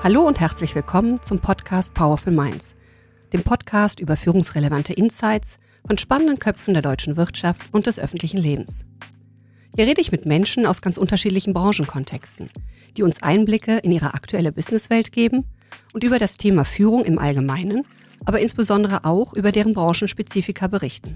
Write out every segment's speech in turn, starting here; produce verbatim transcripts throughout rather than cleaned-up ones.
Hallo und herzlich willkommen zum Podcast Powerful Minds, dem Podcast über führungsrelevante Insights von spannenden Köpfen der deutschen Wirtschaft und des öffentlichen Lebens. Hier rede ich mit Menschen aus ganz unterschiedlichen Branchenkontexten, die uns Einblicke in ihre aktuelle Businesswelt geben und über das Thema Führung im Allgemeinen, aber insbesondere auch über deren Branchenspezifika berichten.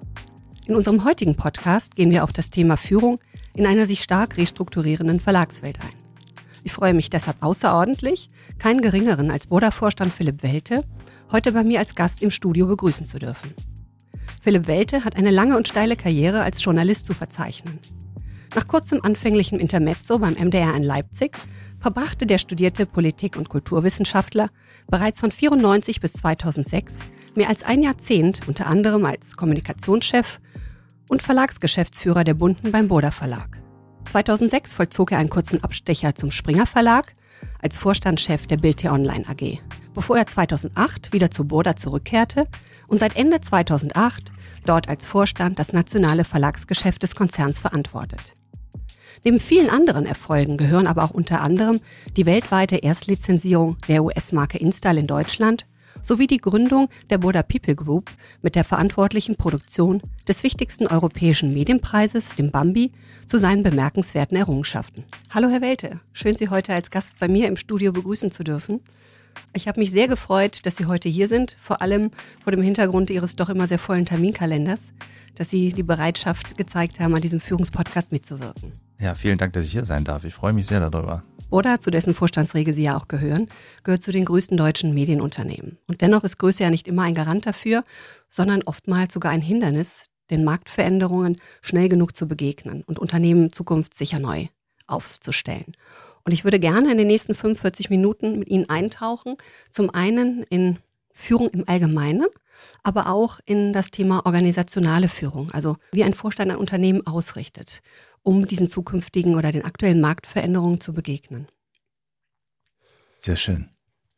In unserem heutigen Podcast gehen wir auf das Thema Führung in einer sich stark restrukturierenden Verlagswelt ein. Ich freue mich deshalb außerordentlich, keinen Geringeren als Burda-Vorstand Philipp Welte heute bei mir als Gast im Studio begrüßen zu dürfen. Philipp Welte hat eine lange und steile Karriere als Journalist zu verzeichnen. Nach kurzem anfänglichem Intermezzo beim M D R in Leipzig verbrachte der studierte Politik- und Kulturwissenschaftler bereits von neunzehnhundertvierundneunzig bis zweitausendsechs mehr als ein Jahrzehnt unter anderem als Kommunikationschef und Verlagsgeschäftsführer der Bunten beim Burda Verlag. zweitausendsechs vollzog er einen kurzen Abstecher zum Springer Verlag als Vorstandschef der Bild T-Online A G, bevor er zweitausendacht wieder zu Burda zurückkehrte und seit Ende zweitausendacht dort als Vorstand das nationale Verlagsgeschäft des Konzerns verantwortet. Neben vielen anderen Erfolgen gehören aber auch unter anderem die weltweite Erstlizenzierung der U S-Marke Install in Deutschland sowie die Gründung der Burda People Group mit der verantwortlichen Produktion des wichtigsten europäischen Medienpreises, dem Bambi, zu seinen bemerkenswerten Errungenschaften. Hallo Herr Welte, schön Sie heute als Gast bei mir im Studio begrüßen zu dürfen. Ich habe mich sehr gefreut, dass Sie heute hier sind, vor allem vor dem Hintergrund Ihres doch immer sehr vollen Terminkalenders, dass Sie die Bereitschaft gezeigt haben, an diesem Führungspodcast mitzuwirken. Ja, vielen Dank, dass ich hier sein darf. Ich freue mich sehr darüber. Burda, zu dessen Vorstandsriege Sie ja auch gehören, gehört zu den größten deutschen Medienunternehmen. Und dennoch ist Größe ja nicht immer ein Garant dafür, sondern oftmals sogar ein Hindernis, den Marktveränderungen schnell genug zu begegnen und Unternehmen zukunftssicher neu aufzustellen. Und ich würde gerne in den nächsten fünfundvierzig Minuten mit Ihnen eintauchen, zum einen in Führung im Allgemeinen, aber auch in das Thema organisationale Führung, also wie ein Vorstand ein Unternehmen ausrichtet, um diesen zukünftigen oder den aktuellen Marktveränderungen zu begegnen. Sehr schön.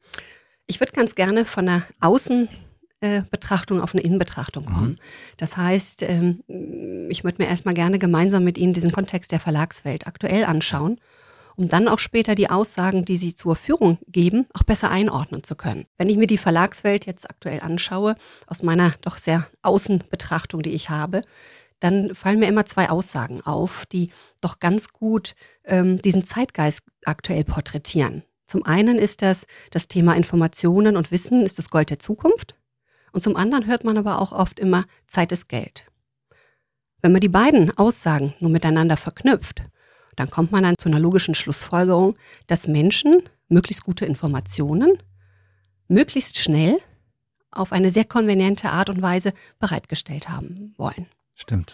Ich würde ganz gerne von der Außenbetrachtung auf eine Innenbetrachtung kommen. Mhm. Das heißt, ich würde mir erstmal gerne gemeinsam mit Ihnen diesen Kontext der Verlagswelt aktuell anschauen, um dann auch später die Aussagen, die Sie zur Führung geben, auch besser einordnen zu können. Wenn ich mir die Verlagswelt jetzt aktuell anschaue, aus meiner doch sehr Außenbetrachtung, die ich habe, dann fallen mir immer zwei Aussagen auf, die doch ganz gut ähm, diesen Zeitgeist aktuell porträtieren. Zum einen ist das das Thema Informationen und Wissen ist das Gold der Zukunft. Und zum anderen hört man aber auch oft immer, Zeit ist Geld. Wenn man die beiden Aussagen nur miteinander verknüpft, dann kommt man dann zu einer logischen Schlussfolgerung, dass Menschen möglichst gute Informationen möglichst schnell auf eine sehr konveniente Art und Weise bereitgestellt haben wollen. Stimmt.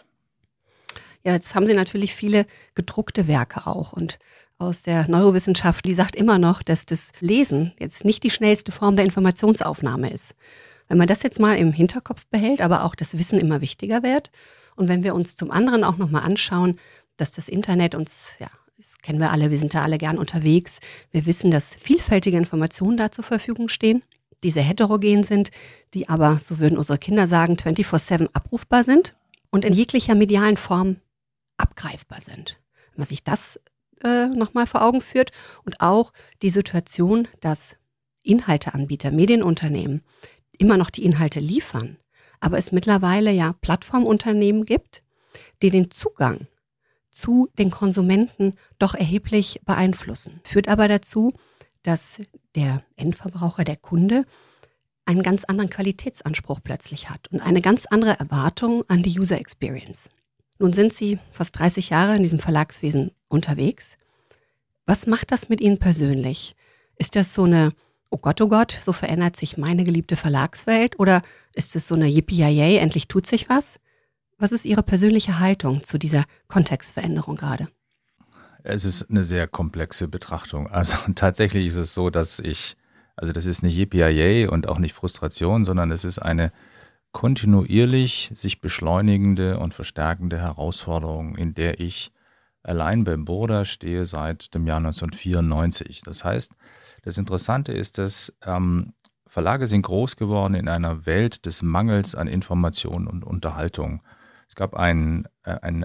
Ja, jetzt haben Sie natürlich viele gedruckte Werke auch und aus der Neurowissenschaft, die sagt immer noch, dass das Lesen jetzt nicht die schnellste Form der Informationsaufnahme ist. Wenn man das jetzt mal im Hinterkopf behält, aber auch das Wissen immer wichtiger wird und wenn wir uns zum anderen auch nochmal anschauen, dass das Internet uns, ja, das kennen wir alle, wir sind da alle gern unterwegs. Wir wissen, dass vielfältige Informationen da zur Verfügung stehen, die sehr heterogen sind, die aber, so würden unsere Kinder sagen, vierundzwanzig sieben abrufbar sind und in jeglicher medialen Form abgreifbar sind. Wenn man sich das äh, nochmal vor Augen führt und auch die Situation, dass Inhalteanbieter, Medienunternehmen immer noch die Inhalte liefern, aber es mittlerweile ja Plattformunternehmen gibt, die den Zugang zu den Konsumenten doch erheblich beeinflussen. Führt aber dazu, dass der Endverbraucher, der Kunde, einen ganz anderen Qualitätsanspruch plötzlich hat und eine ganz andere Erwartung an die User Experience. Nun sind Sie fast dreißig Jahre in diesem Verlagswesen unterwegs. Was macht das mit Ihnen persönlich? Ist das so eine, oh Gott, oh Gott, so verändert sich meine geliebte Verlagswelt? Oder ist es so eine Yippie-Yay, endlich tut sich was? Was ist Ihre persönliche Haltung zu dieser Kontextveränderung gerade? Es ist eine sehr komplexe Betrachtung. Also tatsächlich ist es so, dass ich, also das ist nicht Yippie-Yay und auch nicht Frustration, sondern es ist eine kontinuierlich sich beschleunigende und verstärkende Herausforderung, in der ich allein beim Burda stehe seit dem Jahr neunzehnhundertvierundneunzig. Das heißt, das Interessante ist, dass ähm, Verlage sind groß geworden in einer Welt des Mangels an Information und Unterhaltung. Es gab ein, ein, ein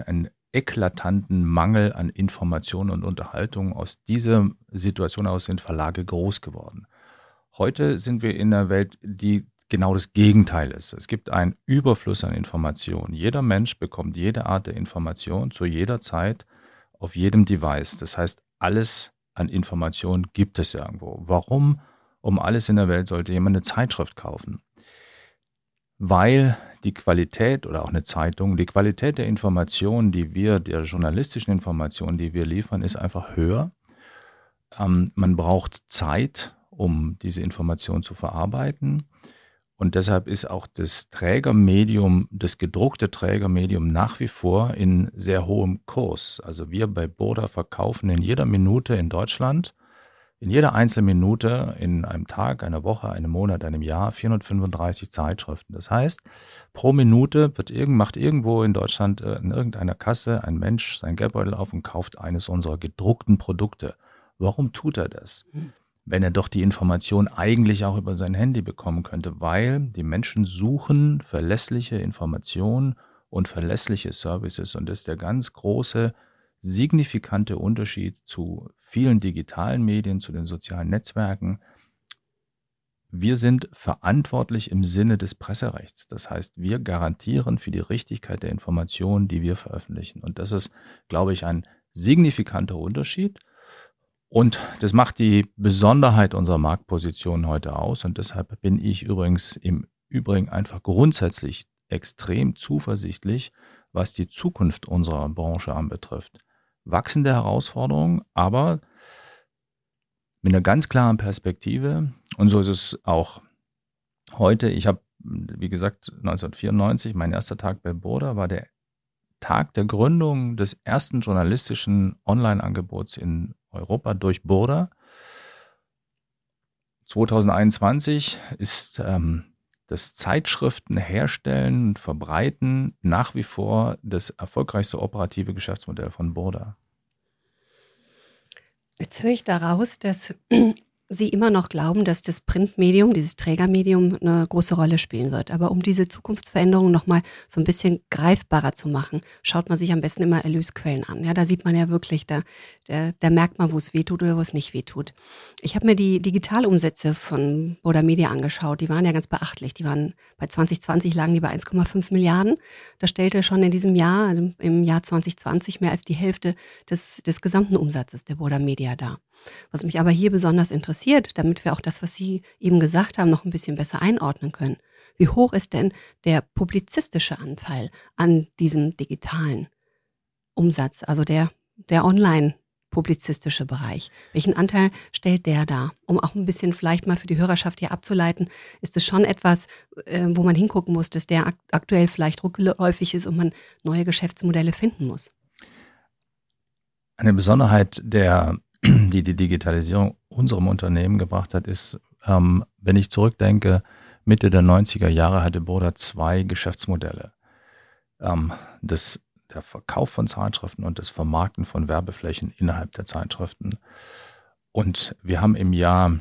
eklatanten Mangel an Information und Unterhaltung. Aus dieser Situation aus sind Verlage groß geworden. Heute sind wir in einer Welt, die genau das Gegenteil ist. Es gibt einen Überfluss an Informationen. Jeder Mensch bekommt jede Art der Information zu jeder Zeit auf jedem Device. Das heißt, alles an Informationen gibt es irgendwo. Warum um alles in der Welt sollte jemand eine Zeitschrift kaufen? Weil die Qualität oder auch eine Zeitung, die Qualität der Informationen, die wir, der journalistischen Informationen, die wir liefern, ist einfach höher. Ähm, man braucht Zeit, um diese Informationen zu verarbeiten. Und deshalb ist auch das Trägermedium, das gedruckte Trägermedium nach wie vor in sehr hohem Kurs. Also wir bei Burda verkaufen in jeder Minute in Deutschland, in jeder einzelnen Minute, in einem Tag, einer Woche, einem Monat, einem Jahr vierhundertfünfunddreißig Zeitschriften. Das heißt, pro Minute wird irgend, macht irgendwo in Deutschland in irgendeiner Kasse ein Mensch seinen Geldbeutel auf und kauft eines unserer gedruckten Produkte. Warum tut er das? Wenn er doch die Information eigentlich auch über sein Handy bekommen könnte, weil die Menschen suchen verlässliche Informationen und verlässliche Services. Und das ist der ganz große, signifikante Unterschied zu vielen digitalen Medien, zu den sozialen Netzwerken. Wir sind verantwortlich im Sinne des Presserechts. Das heißt, wir garantieren für die Richtigkeit der Informationen, die wir veröffentlichen. Und das ist, glaube ich, ein signifikanter Unterschied. Und das macht die Besonderheit unserer Marktposition heute aus. Und deshalb bin ich übrigens im Übrigen einfach grundsätzlich extrem zuversichtlich, was die Zukunft unserer Branche anbetrifft. Wachsende Herausforderungen, aber mit einer ganz klaren Perspektive. Und so ist es auch heute. Ich habe, wie gesagt, neunzehnhundertvierundneunzig, mein erster Tag bei Burda war der Tag der Gründung des ersten journalistischen Online-Angebots in Europa durch Burda. zweitausendeinundzwanzig ist ähm, das Zeitschriftenherstellen und Verbreiten nach wie vor das erfolgreichste operative Geschäftsmodell von Burda. Jetzt höre ich daraus, dass Sie immer noch glauben, dass das Printmedium, dieses Trägermedium, eine große Rolle spielen wird. Aber um diese Zukunftsveränderung nochmal so ein bisschen greifbarer zu machen, schaut man sich am besten immer Erlösquellen an. Ja, da sieht man ja wirklich, da, da, da merkt man, wo es wehtut oder wo es nicht wehtut. Ich habe mir die Digitalumsätze von Burda Media angeschaut. Die waren ja ganz beachtlich. Die waren bei zwanzig zwanzig lagen die bei eins Komma fünf Milliarden. Das stellte schon in diesem Jahr, im Jahr zwanzig zwanzig, mehr als die Hälfte des, des gesamten Umsatzes der Burda Media dar. Was mich aber hier besonders interessiert, damit wir auch das, was Sie eben gesagt haben, noch ein bisschen besser einordnen können. Wie hoch ist denn der publizistische Anteil an diesem digitalen Umsatz, also der, der online-publizistische Bereich? Welchen Anteil stellt der dar? Um auch ein bisschen vielleicht mal für die Hörerschaft hier abzuleiten, ist es schon etwas, äh, wo man hingucken muss, dass der akt- aktuell vielleicht rückläufig ist und man neue Geschäftsmodelle finden muss? Eine Besonderheit der die die Digitalisierung unserem Unternehmen gebracht hat, ist, ähm, wenn ich zurückdenke, Mitte der neunziger Jahre hatte Burda zwei Geschäftsmodelle. Ähm, das, der Verkauf von Zeitschriften und das Vermarkten von Werbeflächen innerhalb der Zeitschriften. Und wir haben im Jahr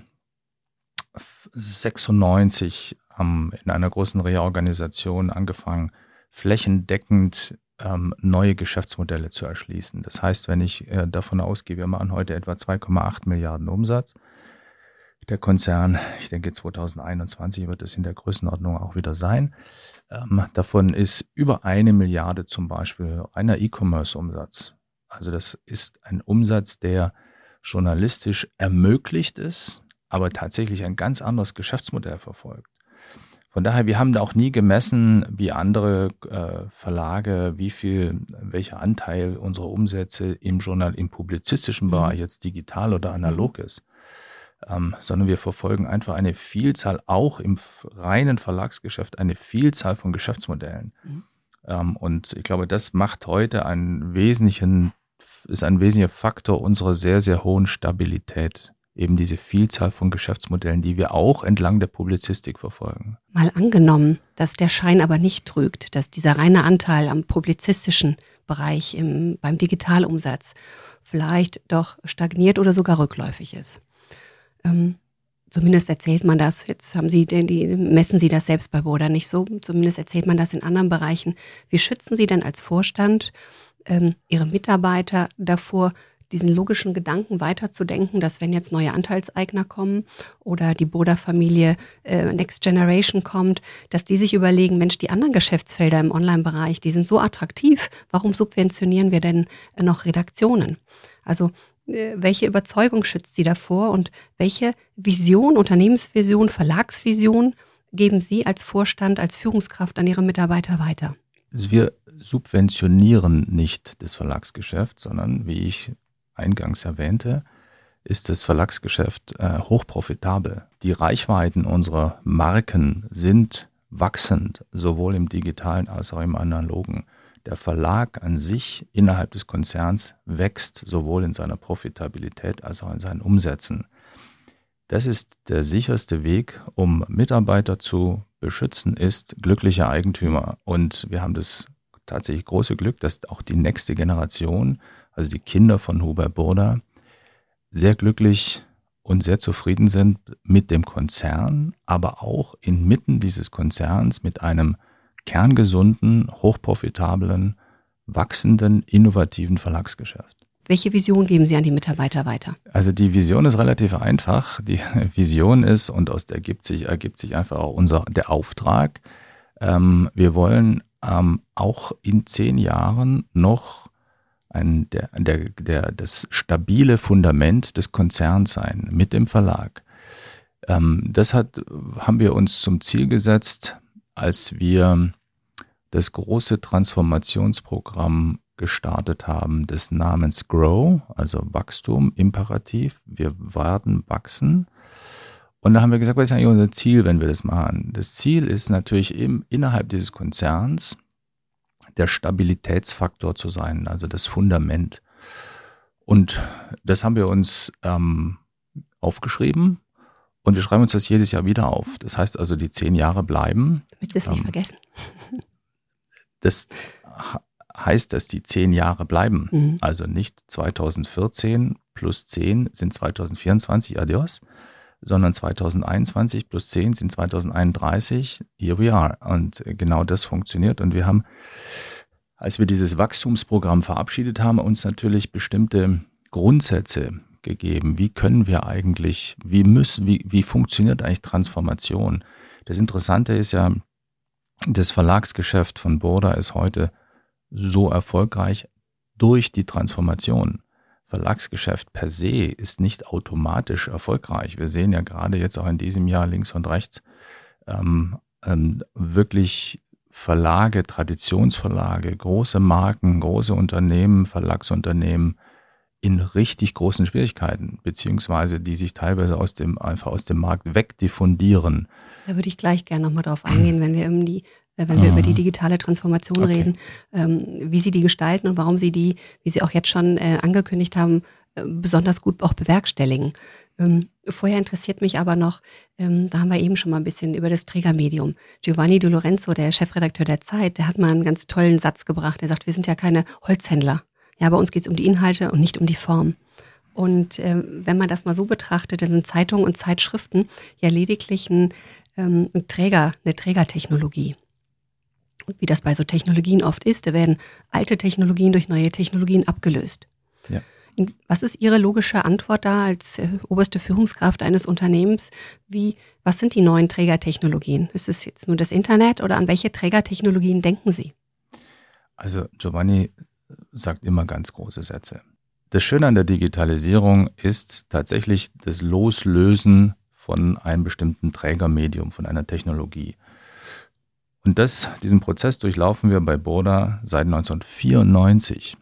sechsundneunzig ähm, in einer großen Reorganisation angefangen, flächendeckend neue Geschäftsmodelle zu erschließen. Das heißt, wenn ich äh, davon ausgehe, wir machen heute etwa zwei Komma acht Milliarden Umsatz. Der Konzern, ich denke zweitausendeinundzwanzig wird es in der Größenordnung auch wieder sein. Ähm, davon ist über eine Milliarde zum Beispiel reiner E-Commerce-Umsatz. Also das ist ein Umsatz, der journalistisch ermöglicht ist, aber tatsächlich ein ganz anderes Geschäftsmodell verfolgt. Von daher, wir haben da auch nie gemessen, wie andere äh, Verlage, wie viel, welcher Anteil unserer Umsätze im Journal, im publizistischen mhm. Bereich jetzt digital oder analog mhm. ist, ähm, sondern wir verfolgen einfach eine Vielzahl, auch im reinen Verlagsgeschäft, eine Vielzahl von Geschäftsmodellen. Mhm. Ähm, und ich glaube, das macht heute einen wesentlichen, ist ein wesentlicher Faktor unserer sehr, sehr hohen Stabilität. Eben diese Vielzahl von Geschäftsmodellen, die wir auch entlang der Publizistik verfolgen. Mal angenommen, dass der Schein aber nicht trügt, dass dieser reine Anteil am publizistischen Bereich im, beim Digitalumsatz vielleicht doch stagniert oder sogar rückläufig ist. Ähm, zumindest erzählt man das, jetzt haben Sie, die, die, messen Sie das selbst bei Burda nicht so, zumindest erzählt man das in anderen Bereichen. Wie schützen Sie denn als Vorstand ähm, Ihre Mitarbeiter davor, diesen logischen Gedanken weiterzudenken, dass wenn jetzt neue Anteilseigner kommen oder die Burda-Familie äh, Next Generation kommt, dass die sich überlegen, Mensch, die anderen Geschäftsfelder im Online-Bereich, die sind so attraktiv, warum subventionieren wir denn äh, noch Redaktionen? Also äh, welche Überzeugung schützt Sie davor und welche Vision, Unternehmensvision, Verlagsvision geben Sie als Vorstand, als Führungskraft an Ihre Mitarbeiter weiter? Also wir subventionieren nicht das Verlagsgeschäft, sondern wie ich eingangs erwähnte, ist das Verlagsgeschäft äh, hochprofitabel. Die Reichweiten unserer Marken sind wachsend, sowohl im digitalen als auch im analogen. Der Verlag an sich innerhalb des Konzerns wächst sowohl in seiner Profitabilität als auch in seinen Umsätzen. Das ist der sicherste Weg, um Mitarbeiter zu beschützen, ist glückliche Eigentümer. Und wir haben das tatsächlich große Glück, dass auch die nächste Generation, also die Kinder von Hubert Burda, sehr glücklich und sehr zufrieden sind mit dem Konzern, aber auch inmitten dieses Konzerns mit einem kerngesunden, hochprofitablen, wachsenden, innovativen Verlagsgeschäft. Welche Vision geben Sie an die Mitarbeiter weiter? Also die Vision ist relativ einfach. Die Vision ist, und aus der ergibt sich, ergibt sich einfach auch unser, der Auftrag, ähm, wir wollen ähm, auch in zehn Jahren noch ein, der, der, der, das stabile Fundament des Konzerns sein mit dem Verlag. Ähm, das hat, haben wir uns zum Ziel gesetzt, als wir das große Transformationsprogramm gestartet haben, des Namens Grow, also Wachstum, Imperativ. Wir werden wachsen. Und da haben wir gesagt, was ist eigentlich unser Ziel, wenn wir das machen? Das Ziel ist natürlich eben innerhalb dieses Konzerns der Stabilitätsfaktor zu sein, also das Fundament. Und das haben wir uns ähm, aufgeschrieben und wir schreiben uns das jedes Jahr wieder auf. Das heißt also, die zehn Jahre bleiben. Damit Sie es nicht ähm, vergessen. Das heißt, dass die zehn Jahre bleiben. Mhm. Also nicht zweitausendvierzehn plus zehn sind zweitausendvierundzwanzig, adios, sondern zweitausendeinundzwanzig plus zehn sind zweitausendeinunddreißig, here we are. Und genau das funktioniert. Und wir haben, als wir dieses Wachstumsprogramm verabschiedet haben, uns natürlich bestimmte Grundsätze gegeben. Wie können wir eigentlich, wie müssen, wie, wie funktioniert eigentlich Transformation? Das Interessante ist ja, das Verlagsgeschäft von Burda ist heute so erfolgreich durch die Transformation. Verlagsgeschäft per se ist nicht automatisch erfolgreich. Wir sehen ja gerade jetzt auch in diesem Jahr links und rechts ähm, ähm, wirklich Verlage, Traditionsverlage, große Marken, große Unternehmen, Verlagsunternehmen in richtig großen Schwierigkeiten, beziehungsweise die sich teilweise aus dem, einfach aus dem Markt wegdiffundieren. Da würde ich gleich gerne nochmal drauf eingehen, wenn wir um die wenn wir ah. über die digitale Transformation okay. reden, ähm, wie Sie die gestalten und warum Sie die, wie Sie auch jetzt schon äh, angekündigt haben, äh, besonders gut auch bewerkstelligen. Ähm, vorher interessiert mich aber noch, ähm, da haben wir eben schon mal ein bisschen über das Trägermedium. Giovanni Di Lorenzo, der Chefredakteur der Zeit, der hat mal einen ganz tollen Satz gebracht. Er sagt, wir sind ja keine Holzhändler. Ja, bei uns geht es um die Inhalte und nicht um die Form. Und ähm, wenn man das mal so betrachtet, dann sind Zeitungen und Zeitschriften ja lediglich ein, ähm, ein Träger, eine Trägertechnologie. Und wie das bei so Technologien oft ist, da werden alte Technologien durch neue Technologien abgelöst. Ja. Was ist Ihre logische Antwort da als äh, oberste Führungskraft eines Unternehmens? Wie, was sind die neuen Trägertechnologien? Ist es jetzt nur das Internet oder an welche Trägertechnologien denken Sie? Also Giovanni sagt immer ganz große Sätze. Das Schöne an der Digitalisierung ist tatsächlich das Loslösen von einem bestimmten Trägermedium, von einer Technologie. Und das, diesen Prozess durchlaufen wir bei Burda seit neunzehnhundertvierundneunzig.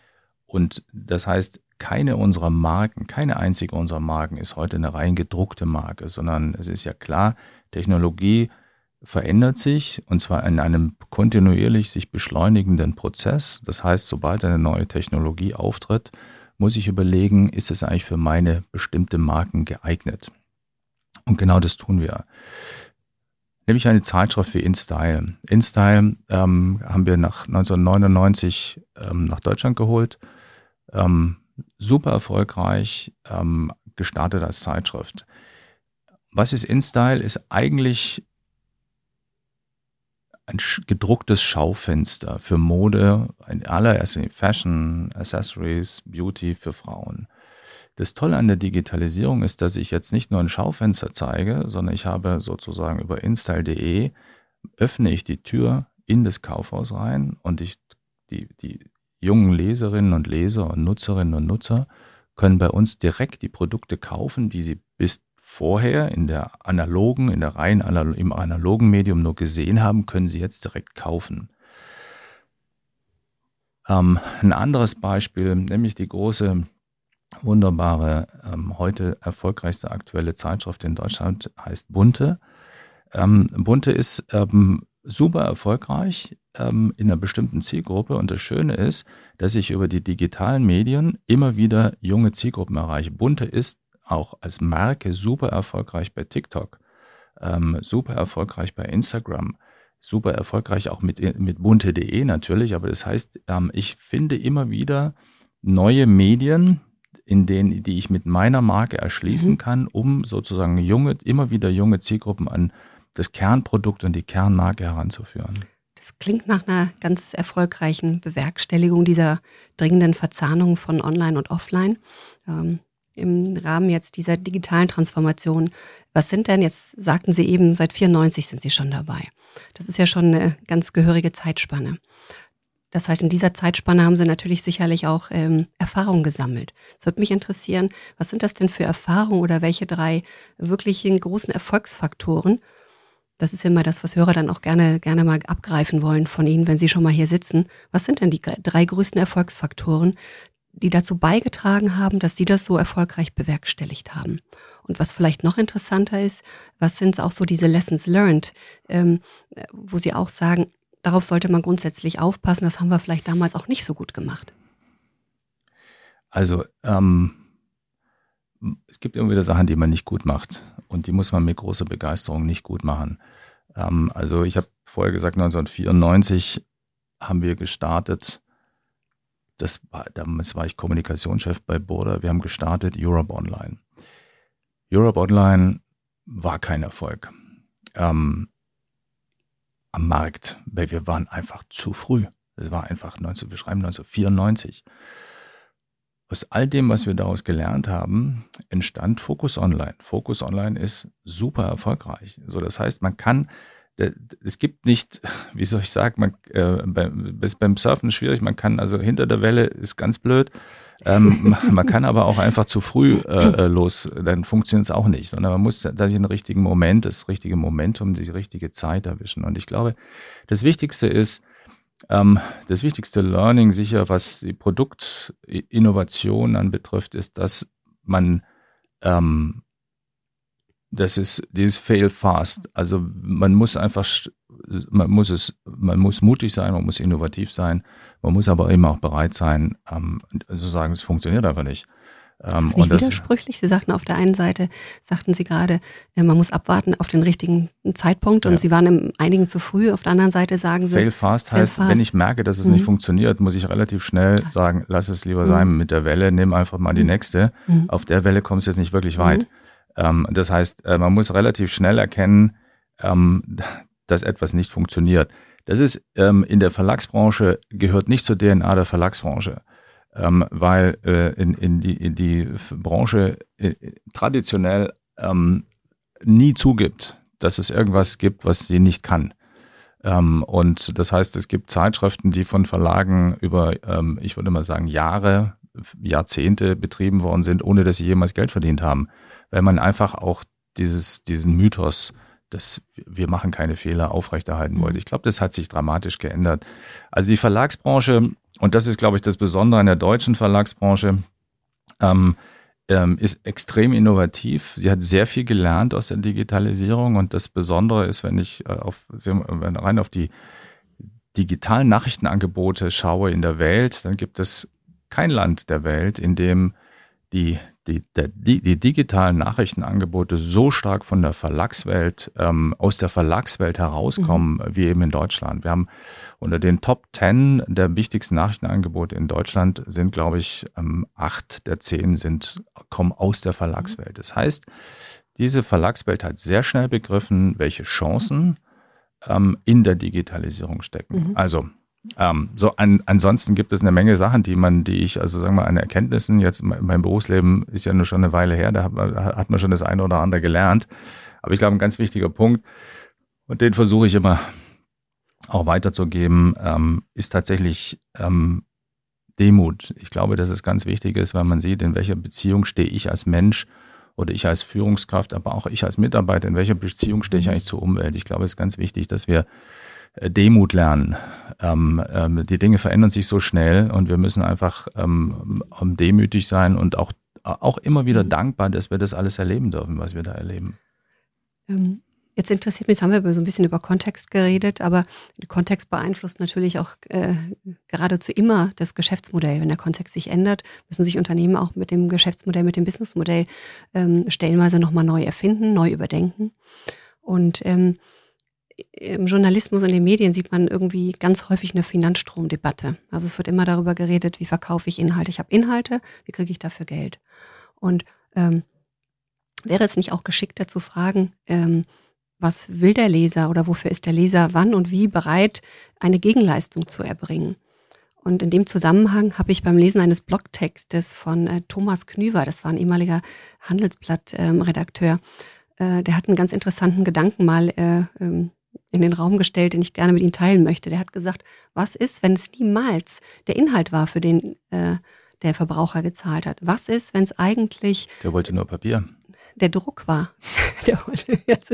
Und das heißt, keine unserer Marken, keine einzige unserer Marken ist heute eine rein gedruckte Marke, sondern es ist ja klar, Technologie verändert sich und zwar in einem kontinuierlich sich beschleunigenden Prozess. Das heißt, sobald eine neue Technologie auftritt, muss ich überlegen, ist es eigentlich für meine bestimmte Marken geeignet? Und genau das tun wir. Nämlich eine Zeitschrift wie InStyle. InStyle ähm, haben wir nach neunzehnhundertneunundneunzig ähm, nach Deutschland geholt. Ähm, super erfolgreich, ähm, gestartet als Zeitschrift. Was ist InStyle? Ist eigentlich ein gedrucktes Schaufenster für Mode, in allererster Linie Fashion, Accessories, Beauty für Frauen. Das Tolle an der Digitalisierung ist, dass ich jetzt nicht nur ein Schaufenster zeige, sondern ich habe sozusagen über InStyle punkt de öffne ich die Tür in das Kaufhaus rein und ich, die, die jungen Leserinnen und Leser und Nutzerinnen und Nutzer können bei uns direkt die Produkte kaufen, die sie bis vorher in der analogen, in der rein im analogen Medium nur gesehen haben, können sie jetzt direkt kaufen. Ähm, ein anderes Beispiel, nämlich die große, wunderbare, ähm, heute erfolgreichste aktuelle Zeitschrift in Deutschland heißt Bunte. Ähm, Bunte ist ähm, super erfolgreich ähm, in einer bestimmten Zielgruppe und das Schöne ist, dass ich über die digitalen Medien immer wieder junge Zielgruppen erreiche. Bunte ist auch als Marke super erfolgreich bei TikTok, ähm, super erfolgreich bei Instagram, super erfolgreich auch mit, mit bunte punkt de natürlich, aber das heißt, ähm, ich finde immer wieder neue Medien, in denen, die ich mit meiner Marke erschließen mhm. kann, um sozusagen junge, immer wieder junge Zielgruppen an das Kernprodukt und die Kernmarke heranzuführen. Das klingt nach einer ganz erfolgreichen Bewerkstelligung dieser dringenden Verzahnung von Online und Offline. Ähm, im Rahmen jetzt dieser digitalen Transformation. Was sind denn, jetzt sagten Sie eben, seit vierundneunzig sind Sie schon dabei. Das ist ja schon eine ganz gehörige Zeitspanne. Das heißt, in dieser Zeitspanne haben Sie natürlich sicherlich auch ähm, Erfahrungen gesammelt. Es würde mich interessieren, was sind das denn für Erfahrungen oder welche drei wirklichen großen Erfolgsfaktoren? Das ist immer das, was Hörer dann auch gerne, gerne mal abgreifen wollen von Ihnen, wenn Sie schon mal hier sitzen. Was sind denn die drei größten Erfolgsfaktoren, die dazu beigetragen haben, dass Sie das so erfolgreich bewerkstelligt haben? Und was vielleicht noch interessanter ist, was sind auch so diese Lessons learned, ähm, wo Sie auch sagen, darauf sollte man grundsätzlich aufpassen, das haben wir vielleicht damals auch nicht so gut gemacht. Also ähm, es gibt immer wieder Sachen, die man nicht gut macht und die muss man mit großer Begeisterung nicht gut machen. Ähm, also ich habe vorher gesagt, neunzehnhundertvierundneunzig haben wir gestartet. Das war, damals war ich Kommunikationschef bei Burda. Wir haben gestartet Europe Online. Europe Online war kein Erfolg ähm, am Markt, weil wir waren einfach zu früh. Das war einfach neunzehn, wir schreiben neunzehnhundertvierundneunzig. Aus all dem, was wir daraus gelernt haben, entstand Focus Online. Focus Online ist super erfolgreich. So, das heißt, man kann Es gibt nicht, wie soll ich sagen, man, äh, bei, ist beim Surfen schwierig, man kann, also hinter der Welle ist ganz blöd, ähm, man kann aber auch einfach zu früh äh, los, dann funktioniert es auch nicht, sondern man muss da den richtigen Moment, das richtige Momentum, die richtige Zeit erwischen. Und ich glaube, das Wichtigste ist, ähm, das wichtigste Learning sicher, was die Produktinnovation anbetrifft, ist, dass man ähm, Das ist dieses Fail fast. Also man muss einfach, man muss es, man muss mutig sein, man muss innovativ sein, man muss aber eben auch bereit sein, ähm, zu sagen, es funktioniert einfach nicht. Ähm, das ist nicht und widersprüchlich. Das, Sie sagten auf der einen Seite, sagten Sie gerade, man muss abwarten auf den richtigen Zeitpunkt und ja. Sie waren im einigen zu früh. Auf der anderen Seite sagen Sie. Fail fast fail heißt, fast. Wenn ich merke, dass es mhm. nicht funktioniert, muss ich relativ schnell sagen, lass es lieber mhm. sein mit der Welle, nimm einfach mal die mhm. nächste. Mhm. Auf der Welle kommst du jetzt nicht wirklich weit. Mhm. Das heißt, man muss relativ schnell erkennen, dass etwas nicht funktioniert. Das ist in der Verlagsbranche, gehört nicht zur D N A der Verlagsbranche, weil in, in, die, in die Branche traditionell nie zugibt, dass es irgendwas gibt, was sie nicht kann. Und das heißt, es gibt Zeitschriften, die von Verlagen über, ich würde mal sagen, Jahre, Jahrzehnte betrieben worden sind, ohne dass sie jemals Geld verdient haben. Weil man einfach auch dieses, diesen Mythos, dass wir machen keine Fehler, aufrechterhalten wollte. Ich glaube, das hat sich dramatisch geändert. Also die Verlagsbranche, und das ist, glaube ich, das Besondere an der deutschen Verlagsbranche, ähm, ähm, ist extrem innovativ. Sie hat sehr viel gelernt aus der Digitalisierung und das Besondere ist, wenn ich äh, auf, wenn rein auf die digitalen Nachrichtenangebote schaue in der Welt, dann gibt es kein Land der Welt, in dem die Die, die, die digitalen Nachrichtenangebote so stark von der Verlagswelt, ähm, aus der Verlagswelt herauskommen, mhm. wie eben in Deutschland. Wir haben unter den Top Ten der wichtigsten Nachrichtenangebote in Deutschland sind, glaube ich, ähm, acht der zehn sind, kommen aus der Verlagswelt. Das heißt, diese Verlagswelt hat sehr schnell begriffen, welche Chancen ähm, in der Digitalisierung stecken. Mhm. Also ähm, so an, ansonsten gibt es eine Menge Sachen, die man, die ich, also sagen wir mal, an Erkenntnissen, jetzt mein Berufsleben ist ja nur schon eine Weile her, da hat man, hat man schon das eine oder andere gelernt. Aber ich glaube, ein ganz wichtiger Punkt, und den versuche ich immer auch weiterzugeben, ähm, ist tatsächlich ähm, Demut. Ich glaube, dass es ganz wichtig ist, weil man sieht, in welcher Beziehung stehe ich als Mensch oder ich als Führungskraft, aber auch ich als Mitarbeiter, in welcher Beziehung stehe ich eigentlich zur Umwelt. Ich glaube, es ist ganz wichtig, dass wir Demut lernen. Ähm, ähm, die Dinge verändern sich so schnell und wir müssen einfach ähm, demütig sein und auch, auch immer wieder dankbar, dass wir das alles erleben dürfen, was wir da erleben. Ähm. Jetzt interessiert mich, jetzt haben wir so ein bisschen über Kontext geredet, aber Kontext beeinflusst natürlich auch äh, geradezu immer das Geschäftsmodell. Wenn der Kontext sich ändert, müssen sich Unternehmen auch mit dem Geschäftsmodell, mit dem Businessmodell ähm, stellenweise nochmal neu erfinden, neu überdenken. Und ähm, im Journalismus und den Medien sieht man irgendwie ganz häufig eine Finanzstromdebatte. Also es wird immer darüber geredet, wie verkaufe ich Inhalte. Ich habe Inhalte, wie kriege ich dafür Geld? Und ähm, wäre es nicht auch geschickter zu fragen, ähm, was will der Leser oder wofür ist der Leser wann und wie bereit, eine Gegenleistung zu erbringen? Und in dem Zusammenhang habe ich beim Lesen eines Blogtextes von äh, Thomas Knüver, das war ein ehemaliger Handelsblatt-Redakteur, äh, der hat einen ganz interessanten Gedanken mal äh, ähm, in den Raum gestellt, den ich gerne mit Ihnen teilen möchte. Der hat gesagt, was ist, wenn es niemals der Inhalt war, für den äh, der Verbraucher gezahlt hat? Was ist, wenn es eigentlich... Der wollte nur Papier. Der Druck war. Der wollte jetzt,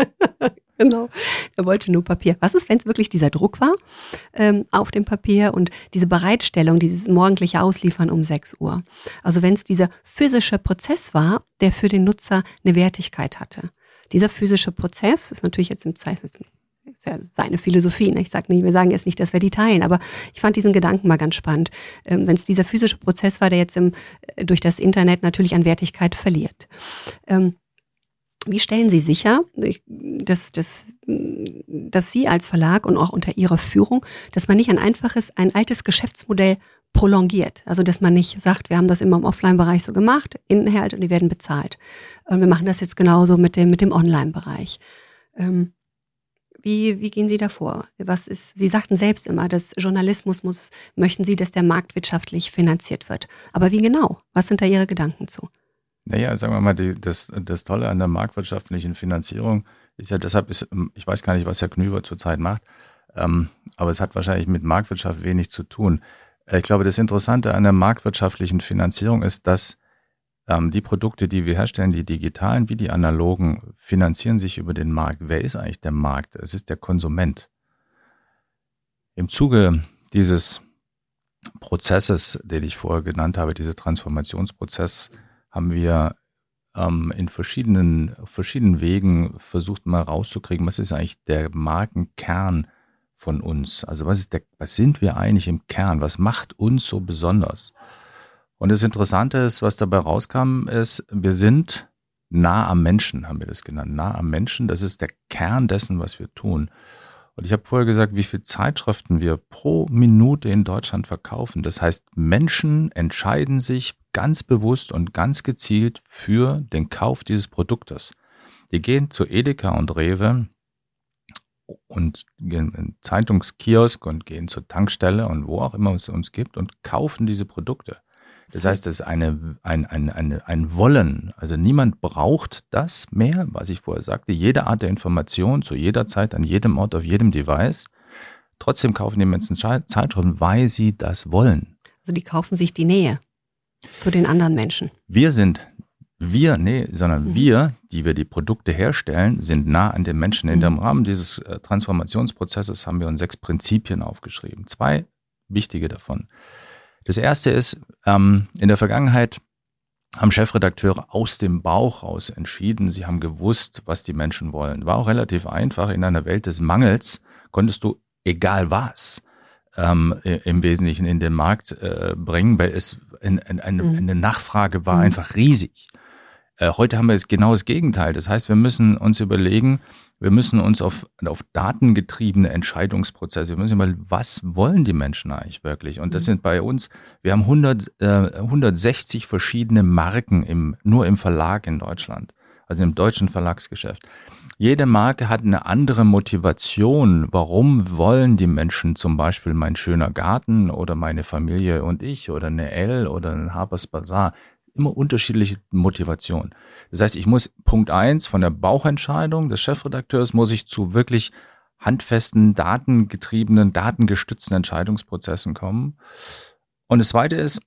genau, der wollte nur Papier. Was ist, wenn es wirklich dieser Druck war ähm, auf dem Papier und diese Bereitstellung, dieses morgendliche Ausliefern um sechs Uhr? Also wenn es dieser physische Prozess war, der für den Nutzer eine Wertigkeit hatte. Dieser physische Prozess ist natürlich jetzt im Zeichen, ist ja seine Philosophie. Ne? Ich sage nicht, wir sagen jetzt nicht, dass wir die teilen, aber ich fand diesen Gedanken mal ganz spannend. Ähm, wenn es dieser physische Prozess war, der jetzt im, durch das Internet natürlich an Wertigkeit verliert. Ähm, wie stellen Sie sicher, dass, dass, dass Sie als Verlag und auch unter Ihrer Führung, dass man nicht ein einfaches, ein altes Geschäftsmodell prolongiert? Also dass man nicht sagt, wir haben das immer im Offline-Bereich so gemacht, Inhalt und die werden bezahlt. Und wir machen das jetzt genauso mit dem, mit dem Online-Bereich. Ähm, Wie, wie gehen Sie da vor? Was ist, Sie sagten selbst immer, dass Journalismus muss, möchten Sie, dass der marktwirtschaftlich finanziert wird. Aber wie genau? Was sind da Ihre Gedanken zu? Naja, sagen wir mal, die, das, das Tolle an der marktwirtschaftlichen Finanzierung ist ja, deshalb ist, ich weiß gar nicht, was Herr Knüver zurzeit macht, ähm, aber es hat wahrscheinlich mit Marktwirtschaft wenig zu tun. Ich glaube, das Interessante an der marktwirtschaftlichen Finanzierung ist, dass ähm, die Produkte, die wir herstellen, die digitalen wie die analogen, finanzieren sich über den Markt. Wer ist eigentlich der Markt? Es ist der Konsument. Im Zuge dieses Prozesses, den ich vorher genannt habe, dieser Transformationsprozess, haben wir ähm, in verschiedenen, auf verschiedenen Wegen versucht mal rauszukriegen, was ist eigentlich der Markenkern von uns? Also was ist der, was sind wir eigentlich im Kern? Was macht uns so besonders? Und das Interessante ist, was dabei rauskam, ist, wir sind nah am Menschen, haben wir das genannt. Nah am Menschen, das ist der Kern dessen, was wir tun. Und ich habe vorher gesagt, wie viele Zeitschriften wir pro Minute in Deutschland verkaufen. Das heißt, Menschen entscheiden sich ganz bewusst und ganz gezielt für den Kauf dieses Produktes. Die gehen zu Edeka und Rewe und gehen in den Zeitungskiosk und gehen zur Tankstelle und wo auch immer es uns gibt und kaufen diese Produkte. Das heißt, es ist eine, ein, ein, ein, ein Wollen. Also niemand braucht das mehr, was ich vorher sagte. Jede Art der Information zu jeder Zeit, an jedem Ort, auf jedem Device. Trotzdem kaufen die Menschen Zeitschriften, weil sie das wollen. Also die kaufen sich die Nähe zu den anderen Menschen. Wir sind, wir, nee, sondern mhm. wir, die wir die Produkte herstellen, sind nah an den Menschen. In mhm. dem Rahmen dieses Transformationsprozesses haben wir uns sechs Prinzipien aufgeschrieben. Zwei wichtige davon. Das erste ist, ähm, in der Vergangenheit haben Chefredakteure aus dem Bauch raus entschieden, sie haben gewusst, was die Menschen wollen. War auch relativ einfach. In einer Welt des Mangels konntest du egal was ähm, im Wesentlichen in den Markt äh, bringen, weil es in, in, eine, mhm. eine Nachfrage war mhm. einfach riesig. Äh, heute haben wir jetzt genau das Gegenteil. Das heißt, wir müssen uns überlegen, wir müssen uns auf, auf datengetriebene Entscheidungsprozesse, wir müssen mal, was wollen die Menschen eigentlich wirklich? Und das sind bei uns, wir haben hundert, äh, hundertsechzig verschiedene Marken im, nur im Verlag in Deutschland. also im deutschen Verlagsgeschäft. Jede Marke hat eine andere Motivation. Warum wollen die Menschen zum Beispiel Mein schöner Garten oder Meine Familie und ich oder eine Elle oder ein Harper's Bazaar? Immer unterschiedliche Motivationen. Das heißt, ich muss Punkt eins von der Bauchentscheidung des Chefredakteurs muss ich zu wirklich handfesten, datengetriebenen, datengestützten Entscheidungsprozessen kommen. Und das Zweite ist,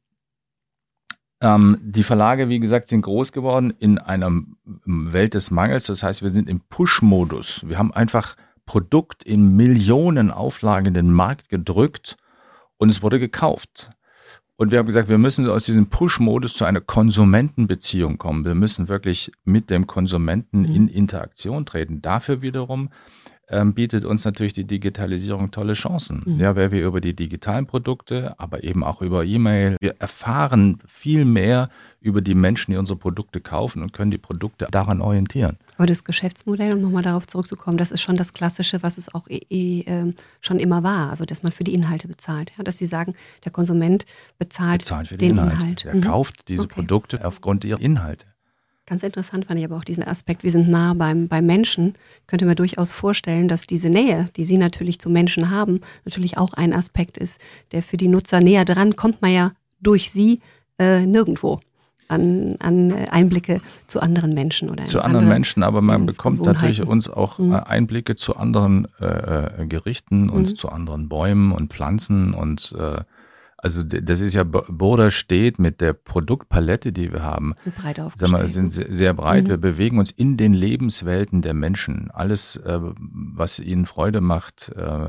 ähm, die Verlage, wie gesagt, sind groß geworden in einer Welt des Mangels. Das heißt, wir sind im Push-Modus. Wir haben einfach Produkt in Millionen Auflagen in den Markt gedrückt und es wurde gekauft. Und wir haben gesagt, wir müssen aus diesem Push-Modus zu einer Konsumentenbeziehung kommen. Wir müssen wirklich mit dem Konsumenten mhm. in Interaktion treten. Dafür wiederum ähm, bietet uns natürlich die Digitalisierung tolle Chancen. Mhm. Ja, weil wir über die digitalen Produkte, aber eben auch über E-Mail, wir erfahren viel mehr über die Menschen, die unsere Produkte kaufen und können die Produkte daran orientieren. Aber das Geschäftsmodell, um nochmal darauf zurückzukommen, das ist schon das Klassische, was es auch eh, eh, schon immer war. Also, dass man für die Inhalte bezahlt. Ja? Dass Sie sagen, der Konsument bezahlt, bezahlt für den Inhalt. Inhalt. Er mhm. kauft diese okay. Produkte aufgrund ihrer Inhalte. Ganz interessant fand ich aber auch diesen Aspekt, wir sind nah beim, beim Menschen. Ich könnte mir durchaus vorstellen, dass diese Nähe, die Sie natürlich zu Menschen haben, natürlich auch ein Aspekt ist, der für die Nutzer näher dran kommt man ja durch Sie äh, nirgendwo an, an Einblicke zu anderen Menschen. Oder zu anderen Menschen, aber man bekommt natürlich uns auch mhm. Einblicke zu anderen äh, Gerichten und mhm. zu anderen Bäumen und Pflanzen und äh, also das ist ja, Burda steht mit der Produktpalette, die wir haben, sind breit aufgestellt. Sagen wir, sind sehr breit. Mhm. Wir bewegen uns in den Lebenswelten der Menschen. Alles, was ihnen Freude macht,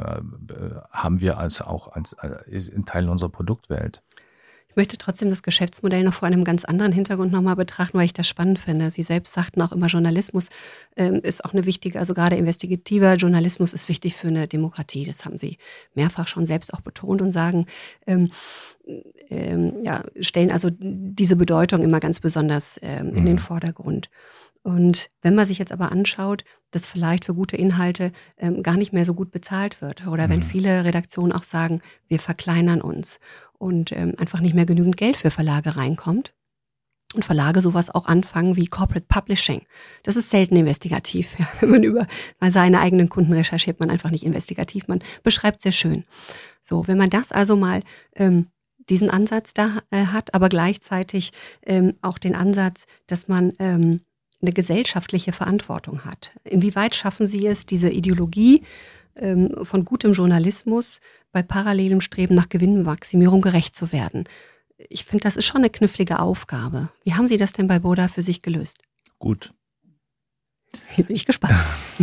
haben wir als auch als, ist ein Teil unserer Produktwelt. Ich möchte trotzdem das Geschäftsmodell noch vor einem ganz anderen Hintergrund nochmal betrachten, weil ich das spannend finde. Sie selbst sagten auch immer, Journalismus ähm, ist auch eine wichtige, also gerade investigativer Journalismus ist wichtig für eine Demokratie. Das haben Sie mehrfach schon selbst auch betont und sagen, ähm, ähm, ja, stellen also diese Bedeutung immer ganz besonders ähm, in mhm. den Vordergrund. Und wenn man sich jetzt aber anschaut, dass vielleicht für gute Inhalte ähm, gar nicht mehr so gut bezahlt wird oder mhm. wenn viele Redaktionen auch sagen, wir verkleinern uns und ähm, einfach nicht mehr genügend Geld für Verlage reinkommt und Verlage sowas auch anfangen wie Corporate Publishing. Das ist selten investigativ. Ja. Wenn man über mal seine eigenen Kunden recherchiert, man einfach nicht investigativ, man beschreibt sehr schön. So, wenn man das also mal ähm, diesen Ansatz da äh, hat, aber gleichzeitig ähm, auch den Ansatz, dass man ähm, eine gesellschaftliche Verantwortung hat. Inwieweit schaffen Sie es, diese Ideologie ähm, von gutem Journalismus bei parallelem Streben nach Gewinnmaximierung gerecht zu werden? Ich finde, das ist schon eine knifflige Aufgabe. Wie haben Sie das denn bei Burda für sich gelöst? Gut. Hier bin ich gespannt.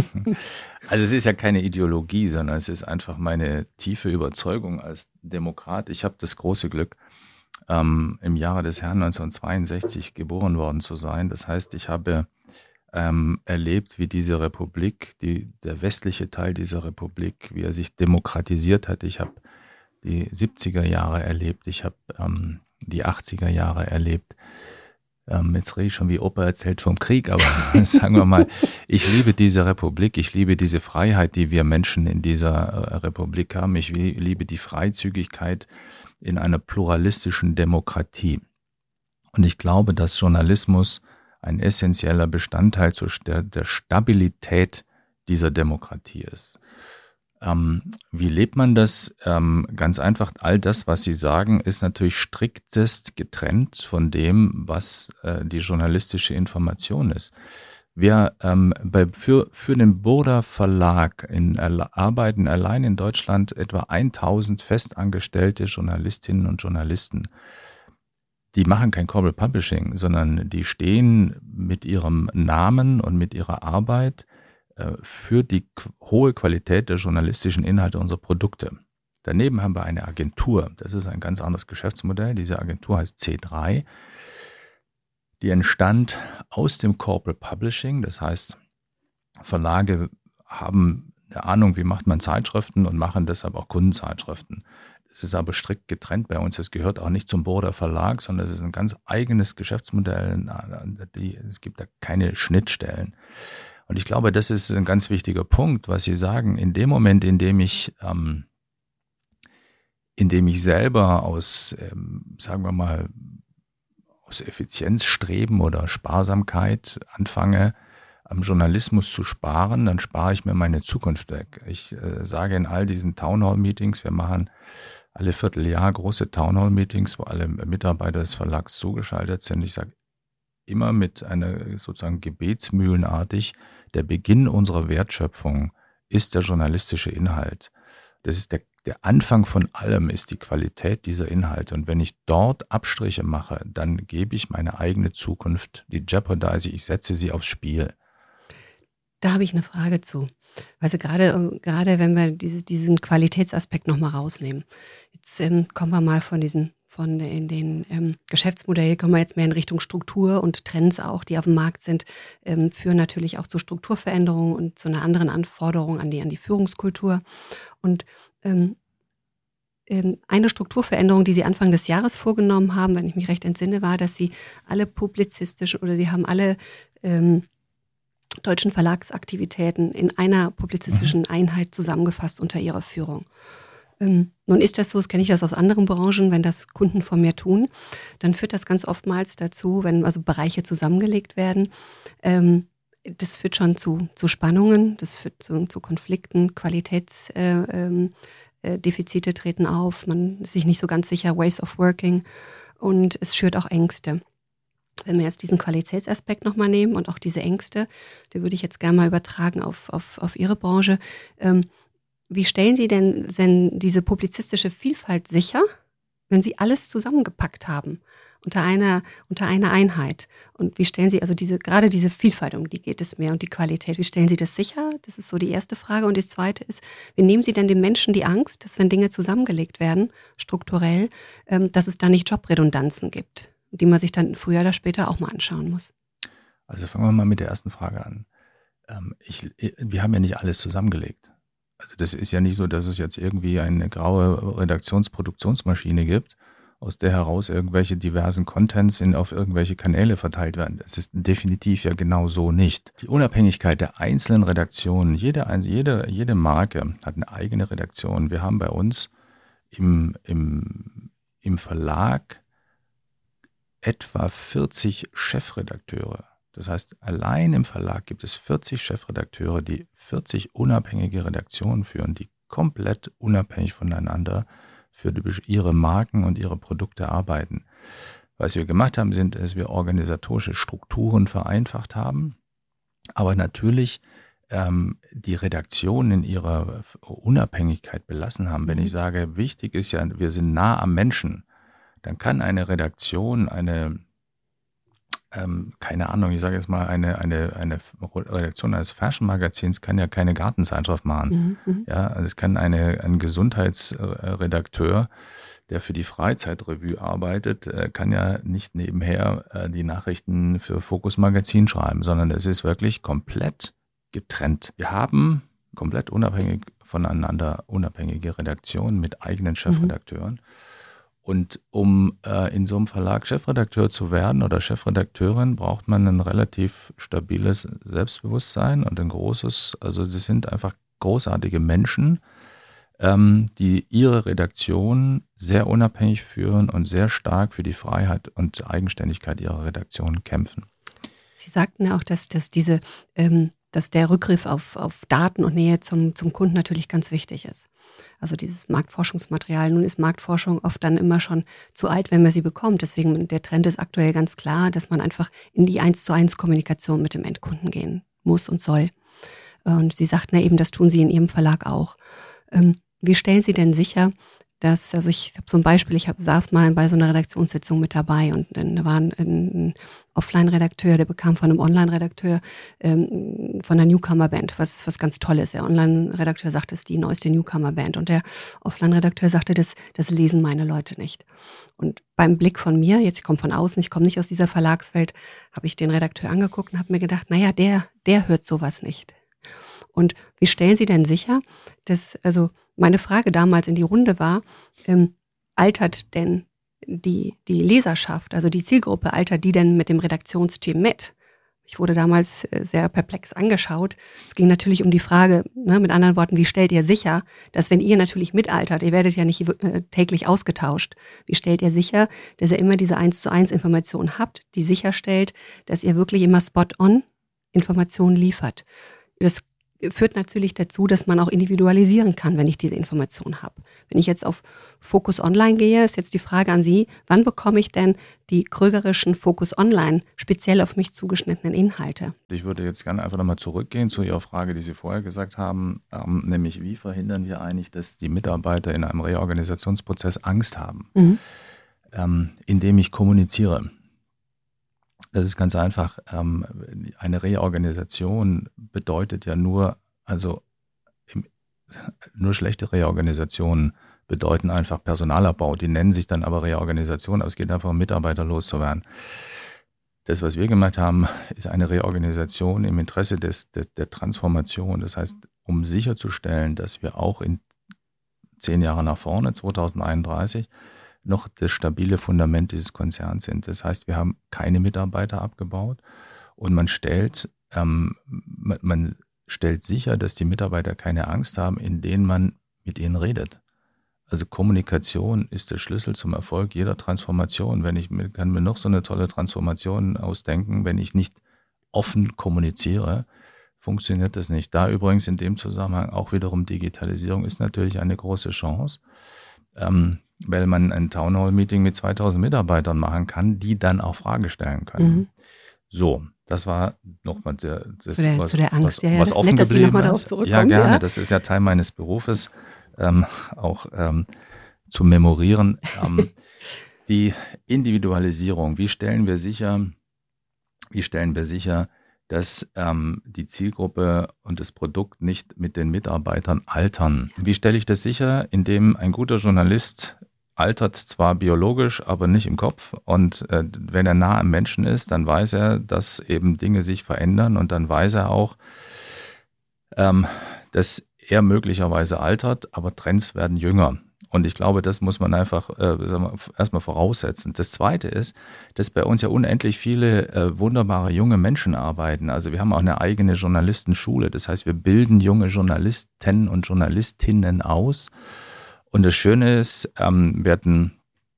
Also es ist ja keine Ideologie, sondern es ist einfach meine tiefe Überzeugung als Demokrat. Ich habe das große Glück, ähm, im Jahre des Herrn neunzehnhundertzweiundsechzig geboren worden zu sein. Das heißt, ich habe ähm, erlebt, wie diese Republik, die, der westliche Teil dieser Republik, wie er sich demokratisiert hat. Ich habe die siebziger Jahre erlebt, ich habe ähm, die achtziger Jahre erlebt. Ähm, jetzt rede ich schon wie Opa erzählt vom Krieg, aber sagen wir mal, ich liebe diese Republik, ich liebe diese Freiheit, die wir Menschen in dieser äh, Republik haben. Ich liebe die Freizügigkeit in einer pluralistischen Demokratie. Und ich glaube, dass Journalismus ein essentieller Bestandteil zur, der, der Stabilität dieser Demokratie ist. Ähm, wie lebt man das? Ähm, ganz einfach, all das, was Sie sagen, ist natürlich striktest getrennt von dem, was äh, die journalistische Information ist. Wir ähm, bei, für, für den Burda Verlag in, äh, arbeiten allein in Deutschland etwa tausend festangestellte Journalistinnen und Journalisten. Die machen kein Corporate Publishing, sondern die stehen mit ihrem Namen und mit ihrer Arbeit für die hohe Qualität der journalistischen Inhalte unserer Produkte. Daneben haben wir eine Agentur. Das ist ein ganz anderes Geschäftsmodell. Diese Agentur heißt C drei. Die entstand aus dem Corporate Publishing. Das heißt, Verlage haben eine Ahnung, wie macht man Zeitschriften und machen deshalb auch Kundenzeitschriften. Es ist aber strikt getrennt bei uns. Es gehört auch nicht zum Burda Verlag, sondern es ist ein ganz eigenes Geschäftsmodell. Es gibt da keine Schnittstellen. Und ich glaube, das ist ein ganz wichtiger Punkt, was Sie sagen. In dem Moment, in dem ich, ähm, in dem ich selber aus, ähm, sagen wir mal, aus Effizienzstreben oder Sparsamkeit anfange, am Journalismus zu sparen, dann spare ich mir meine Zukunft weg. Ich äh, sage in all diesen Townhall-Meetings, wir machen alle Vierteljahr große Townhall-Meetings, wo alle Mitarbeiter des Verlags zugeschaltet sind. Ich sage immer mit einer sozusagen gebetsmühlenartig, der Beginn unserer Wertschöpfung ist der journalistische Inhalt. Das ist der, der Anfang von allem, ist die Qualität dieser Inhalte. Und wenn ich dort Abstriche mache, dann gebe ich meine eigene Zukunft, die jeopardize ich, ich setze sie aufs Spiel. Da habe ich eine Frage zu. Also gerade, gerade wenn wir dieses, diesen Qualitätsaspekt nochmal rausnehmen. Jetzt ähm, kommen wir mal von diesen, von den, den ähm, Geschäftsmodellen, kommen wir jetzt mehr in Richtung Struktur und Trends auch, die auf dem Markt sind, ähm, führen natürlich auch zu Strukturveränderungen und zu einer anderen Anforderung an die, an die Führungskultur. Und ähm, ähm, eine Strukturveränderung, die Sie Anfang des Jahres vorgenommen haben, wenn ich mich recht entsinne, war, dass Sie alle publizistischen oder Sie haben alle ähm, deutschen Verlagsaktivitäten in einer publizistischen Einheit zusammengefasst unter ihrer Führung. Ähm, nun ist das so, das kenne ich das aus anderen Branchen, wenn das Kunden von mir tun, dann führt das ganz oftmals dazu, wenn also Bereiche zusammengelegt werden, ähm, das führt schon zu, zu Spannungen, das führt zu, zu Konflikten, Qualitätsdefizite äh, äh, treten auf, man ist sich nicht so ganz sicher, Ways of Working, und es schürt auch Ängste. Wenn wir jetzt diesen Qualitätsaspekt nochmal nehmen und auch diese Ängste, die würde ich jetzt gerne mal übertragen auf, auf, auf Ihre Branche. Ähm, wie stellen Sie denn, denn diese publizistische Vielfalt sicher, wenn Sie alles zusammengepackt haben unter einer, unter einer Einheit? Und wie stellen Sie also diese, gerade diese Vielfalt, um die geht es mehr, und die Qualität, wie stellen Sie das sicher? Das ist so die erste Frage. Und die zweite ist, wie nehmen Sie denn den Menschen die Angst, dass wenn Dinge zusammengelegt werden, strukturell, ähm, dass es da nicht Jobredundanzen gibt, die man sich dann früher oder später auch mal anschauen muss? Also fangen wir mal mit der ersten Frage an. Ähm, ich, wir haben ja nicht alles zusammengelegt. Also das ist ja nicht so, dass es jetzt irgendwie eine graue Redaktionsproduktionsmaschine gibt, aus der heraus irgendwelche diversen Contents in, auf irgendwelche Kanäle verteilt werden. Das ist definitiv ja genau so nicht. Die Unabhängigkeit der einzelnen Redaktionen, jede, jede, jede Marke hat eine eigene Redaktion. Wir haben bei uns im, im, im Verlag etwa vierzig Chefredakteure. Das heißt, allein im Verlag gibt es vierzig Chefredakteure, die vierzig unabhängige Redaktionen führen, die komplett unabhängig voneinander für die, ihre Marken und ihre Produkte arbeiten. Was wir gemacht haben, sind, dass wir organisatorische Strukturen vereinfacht haben, aber natürlich ähm, die Redaktion in ihrer Unabhängigkeit belassen haben. Wenn ich sage, wichtig ist ja, wir sind nah am Menschen, dann kann eine Redaktion, eine, ähm, keine Ahnung, ich sage jetzt mal, eine, eine, eine Redaktion eines Fashion-Magazins kann ja keine Gartenzeitschrift machen. Mhm. Ja, also es kann eine, ein Gesundheitsredakteur, der für die Freizeitrevue arbeitet, kann ja nicht nebenher die Nachrichten für Focus Magazin schreiben, sondern es ist wirklich komplett getrennt. Wir haben komplett unabhängig voneinander unabhängige Redaktionen mit eigenen Chefredakteuren. Mhm. Und um äh, in so einem Verlag Chefredakteur zu werden oder Chefredakteurin, braucht man ein relativ stabiles Selbstbewusstsein und ein großes, also sie sind einfach großartige Menschen, ähm, die ihre Redaktion sehr unabhängig führen und sehr stark für die Freiheit und Eigenständigkeit ihrer Redaktion kämpfen. Sie sagten ja auch, dass, dass diese, ähm, dass der Rückgriff auf, auf Daten und Nähe zum, zum Kunden natürlich ganz wichtig ist. Also dieses Marktforschungsmaterial, nun ist Marktforschung oft dann immer schon zu alt, wenn man sie bekommt. Deswegen, der Trend ist aktuell ganz klar, dass man einfach in die eins zu eins Kommunikation mit dem Endkunden gehen muss und soll. Und Sie sagten ja eben, das tun Sie in Ihrem Verlag auch. Ähm, wie stellen Sie denn sicher, dass, also ich habe so ein Beispiel, ich hab, saß mal bei so einer Redaktionssitzung mit dabei und dann da war ein, ein Offline-Redakteur, der bekam von einem Online-Redakteur ähm, von der Newcomer-Band, was, was ganz toll ist. Der Online-Redakteur sagte, es ist die neueste Newcomer-Band und der Offline-Redakteur sagte, das, das lesen meine Leute nicht. Und beim Blick von mir, jetzt ich komme von außen, ich komme nicht aus dieser Verlagswelt, habe ich den Redakteur angeguckt und habe mir gedacht, naja, der, der hört sowas nicht. Und wie stellen Sie denn sicher, dass, also meine Frage damals in die Runde war, ähm, altert denn die, die Leserschaft, also die Zielgruppe, altert die denn mit dem Redaktionsteam mit? Ich wurde damals sehr perplex angeschaut. Es ging natürlich um die Frage, ne, mit anderen Worten, wie stellt ihr sicher, dass wenn ihr natürlich mitaltert, ihr werdet ja nicht äh, täglich ausgetauscht, wie stellt ihr sicher, dass ihr immer diese eins zu eins Informationen habt, die sicherstellt, dass ihr wirklich immer spot-on Informationen liefert. Das führt natürlich dazu, dass man auch individualisieren kann, wenn ich diese Information habe. Wenn ich jetzt auf Focus Online gehe, ist jetzt die Frage an Sie, wann bekomme ich denn die krögerischen Focus Online speziell auf mich zugeschnittenen Inhalte? Ich würde jetzt gerne einfach nochmal zurückgehen zu Ihrer Frage, die Sie vorher gesagt haben, ähm, nämlich wie verhindern wir eigentlich, dass die Mitarbeiter in einem Reorganisationsprozess Angst haben, mhm. ähm, indem ich kommuniziere. Das ist ganz einfach. Eine Reorganisation bedeutet ja nur, also nur schlechte Reorganisationen bedeuten einfach Personalabbau. Die nennen sich dann aber Reorganisation, aber es geht einfach um Mitarbeiter loszuwerden. Das, was wir gemacht haben, ist eine Reorganisation im Interesse des, des, der Transformation. Das heißt, um sicherzustellen, dass wir auch in zehn Jahren nach vorne, zweitausendeinunddreißig, noch das stabile Fundament dieses Konzerns sind. Das heißt, wir haben keine Mitarbeiter abgebaut und man stellt, ähm, man, man stellt sicher, dass die Mitarbeiter keine Angst haben, indem man mit ihnen redet. Also Kommunikation ist der Schlüssel zum Erfolg jeder Transformation. Wenn ich kann mir noch so eine tolle Transformation ausdenken, wenn ich nicht offen kommuniziere, funktioniert das nicht. Da übrigens in dem Zusammenhang auch wiederum Digitalisierung ist natürlich eine große Chance. Ähm, weil man ein Townhall-Meeting mit zweitausend Mitarbeitern machen kann, die dann auch Fragen stellen können. Mhm. So, das war nochmal der, das, zu der, was, zu der Angst. was, Ja, ja, was das offen nett, geblieben ist. Ja, gerne. Ja. Das ist ja Teil meines Berufes, ähm, auch ähm, zu memorieren. Ähm, die Individualisierung, wie stellen wir sicher, wie stellen wir sicher, dass ähm, die Zielgruppe und das Produkt nicht mit den Mitarbeitern altern. Wie stelle ich das sicher? Indem ein guter Journalist altert zwar biologisch, aber nicht im Kopf. Und äh, wenn er nah am Menschen ist, dann weiß er, dass eben Dinge sich verändern und dann weiß er auch, ähm, dass er möglicherweise altert, aber Trends werden jünger. Und ich glaube, das muss man einfach äh, erstmal voraussetzen. Das Zweite ist, dass bei uns ja unendlich viele äh, wunderbare junge Menschen arbeiten. Also wir haben auch eine eigene Journalistenschule. Das heißt, wir bilden junge Journalisten und Journalistinnen aus. Und das Schöne ist, ähm, wir hatten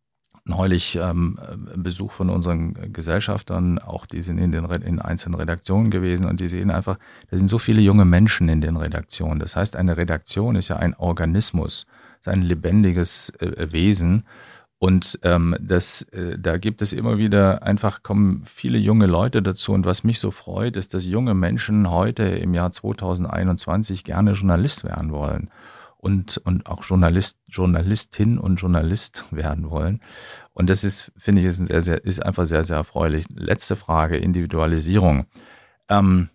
neulich ähm, Besuch von unseren Gesellschaftern, auch die sind in den in einzelnen Redaktionen gewesen und die sehen einfach, da sind so viele junge Menschen in den Redaktionen. Das heißt, eine Redaktion ist ja ein Organismus, ist ein lebendiges äh, Wesen und ähm, das, äh, da gibt es immer wieder einfach, kommen viele junge Leute dazu und was mich so freut, ist, dass junge Menschen heute im Jahr zweitausendeinundzwanzig gerne Journalist werden wollen. Und, und auch Journalist, Journalistin und Journalist werden wollen. Und das ist, finde ich, ist, sehr, sehr, ist einfach sehr, sehr erfreulich. Letzte Frage, Individualisierung. Ähm,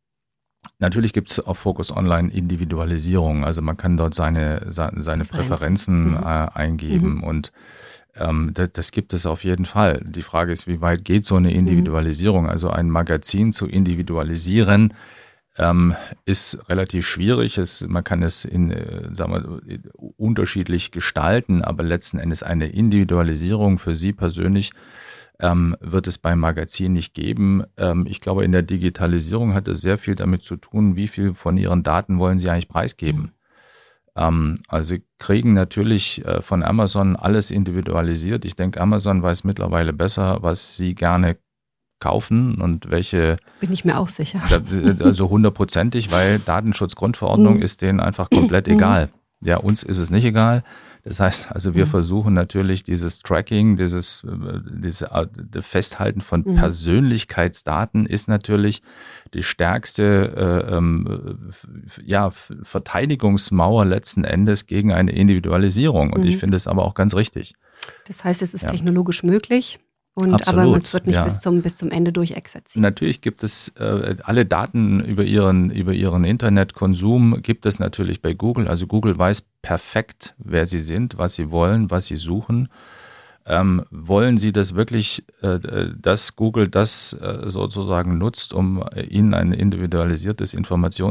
natürlich gibt es auf Focus Online Individualisierung. Also man kann dort seine, seine Präferenzen mhm. äh, eingeben mhm. und ähm, das, das gibt es auf jeden Fall. Die Frage ist, wie weit geht so eine Individualisierung? Also ein Magazin zu individualisieren, Ähm, ist relativ schwierig. Es, man kann es in, äh, sagen wir, unterschiedlich gestalten, aber letzten Endes eine Individualisierung für Sie persönlich ähm, wird es beim Magazin nicht geben. Ähm, ich glaube, in der Digitalisierung hat es sehr viel damit zu tun, wie viel von Ihren Daten wollen Sie eigentlich preisgeben. Mhm. Ähm, also Sie kriegen natürlich äh, von Amazon alles individualisiert. Ich denke, Amazon weiß mittlerweile besser, was Sie gerne kaufen und welche. Bin ich mir auch sicher. Also hundertprozentig, weil Datenschutzgrundverordnung mhm. ist denen einfach komplett mhm. egal. Ja, uns ist es nicht egal. Das heißt, also wir mhm. versuchen natürlich dieses Tracking, dieses, dieses Festhalten von mhm. Persönlichkeitsdaten ist natürlich die stärkste äh, ähm, ja, Verteidigungsmauer letzten Endes gegen eine Individualisierung. Und mhm. ich finde es aber auch ganz richtig. Das heißt, es ist ja. technologisch möglich. Und, Absolut, aber es wird nicht ja. bis zum bis zum Ende durchexerziert. Natürlich gibt es äh, alle Daten über ihren über ihren Internetkonsum gibt es natürlich bei Google. Also Google weiß perfekt, wer Sie sind, was Sie wollen, was Sie suchen. Ähm, wollen Sie das wirklich, äh, dass Google das äh, sozusagen nutzt, um Ihnen ein individualisiertes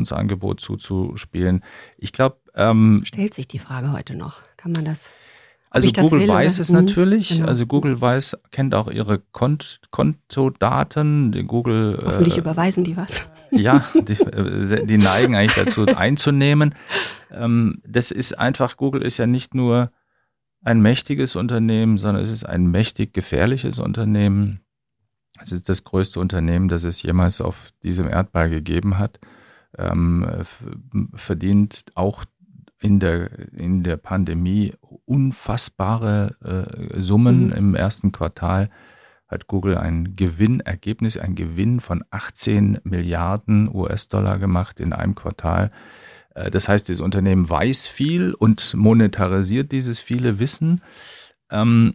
Informationsangebot zuzuspielen? Ich glaube, ähm, stellt sich die Frage heute noch. Kann man das? Also Google weiß es natürlich, genau. also Google weiß, kennt auch ihre Kont- Kontodaten, die Google... Hoffentlich äh, überweisen die was. Ja, die, die neigen eigentlich dazu einzunehmen. Ähm, das ist einfach, Google ist ja nicht nur ein mächtiges Unternehmen, sondern es ist ein mächtig gefährliches Unternehmen. Es ist das größte Unternehmen, das es jemals auf diesem Erdball gegeben hat, ähm, f- verdient auch in der, in der Pandemie unfassbare äh, Summen. Mhm. Im ersten Quartal hat Google ein Gewinnergebnis, ein Gewinn von achtzehn Milliarden U S-Dollar gemacht in einem Quartal. Äh, das heißt, das Unternehmen weiß viel und monetarisiert dieses viele Wissen. Ähm,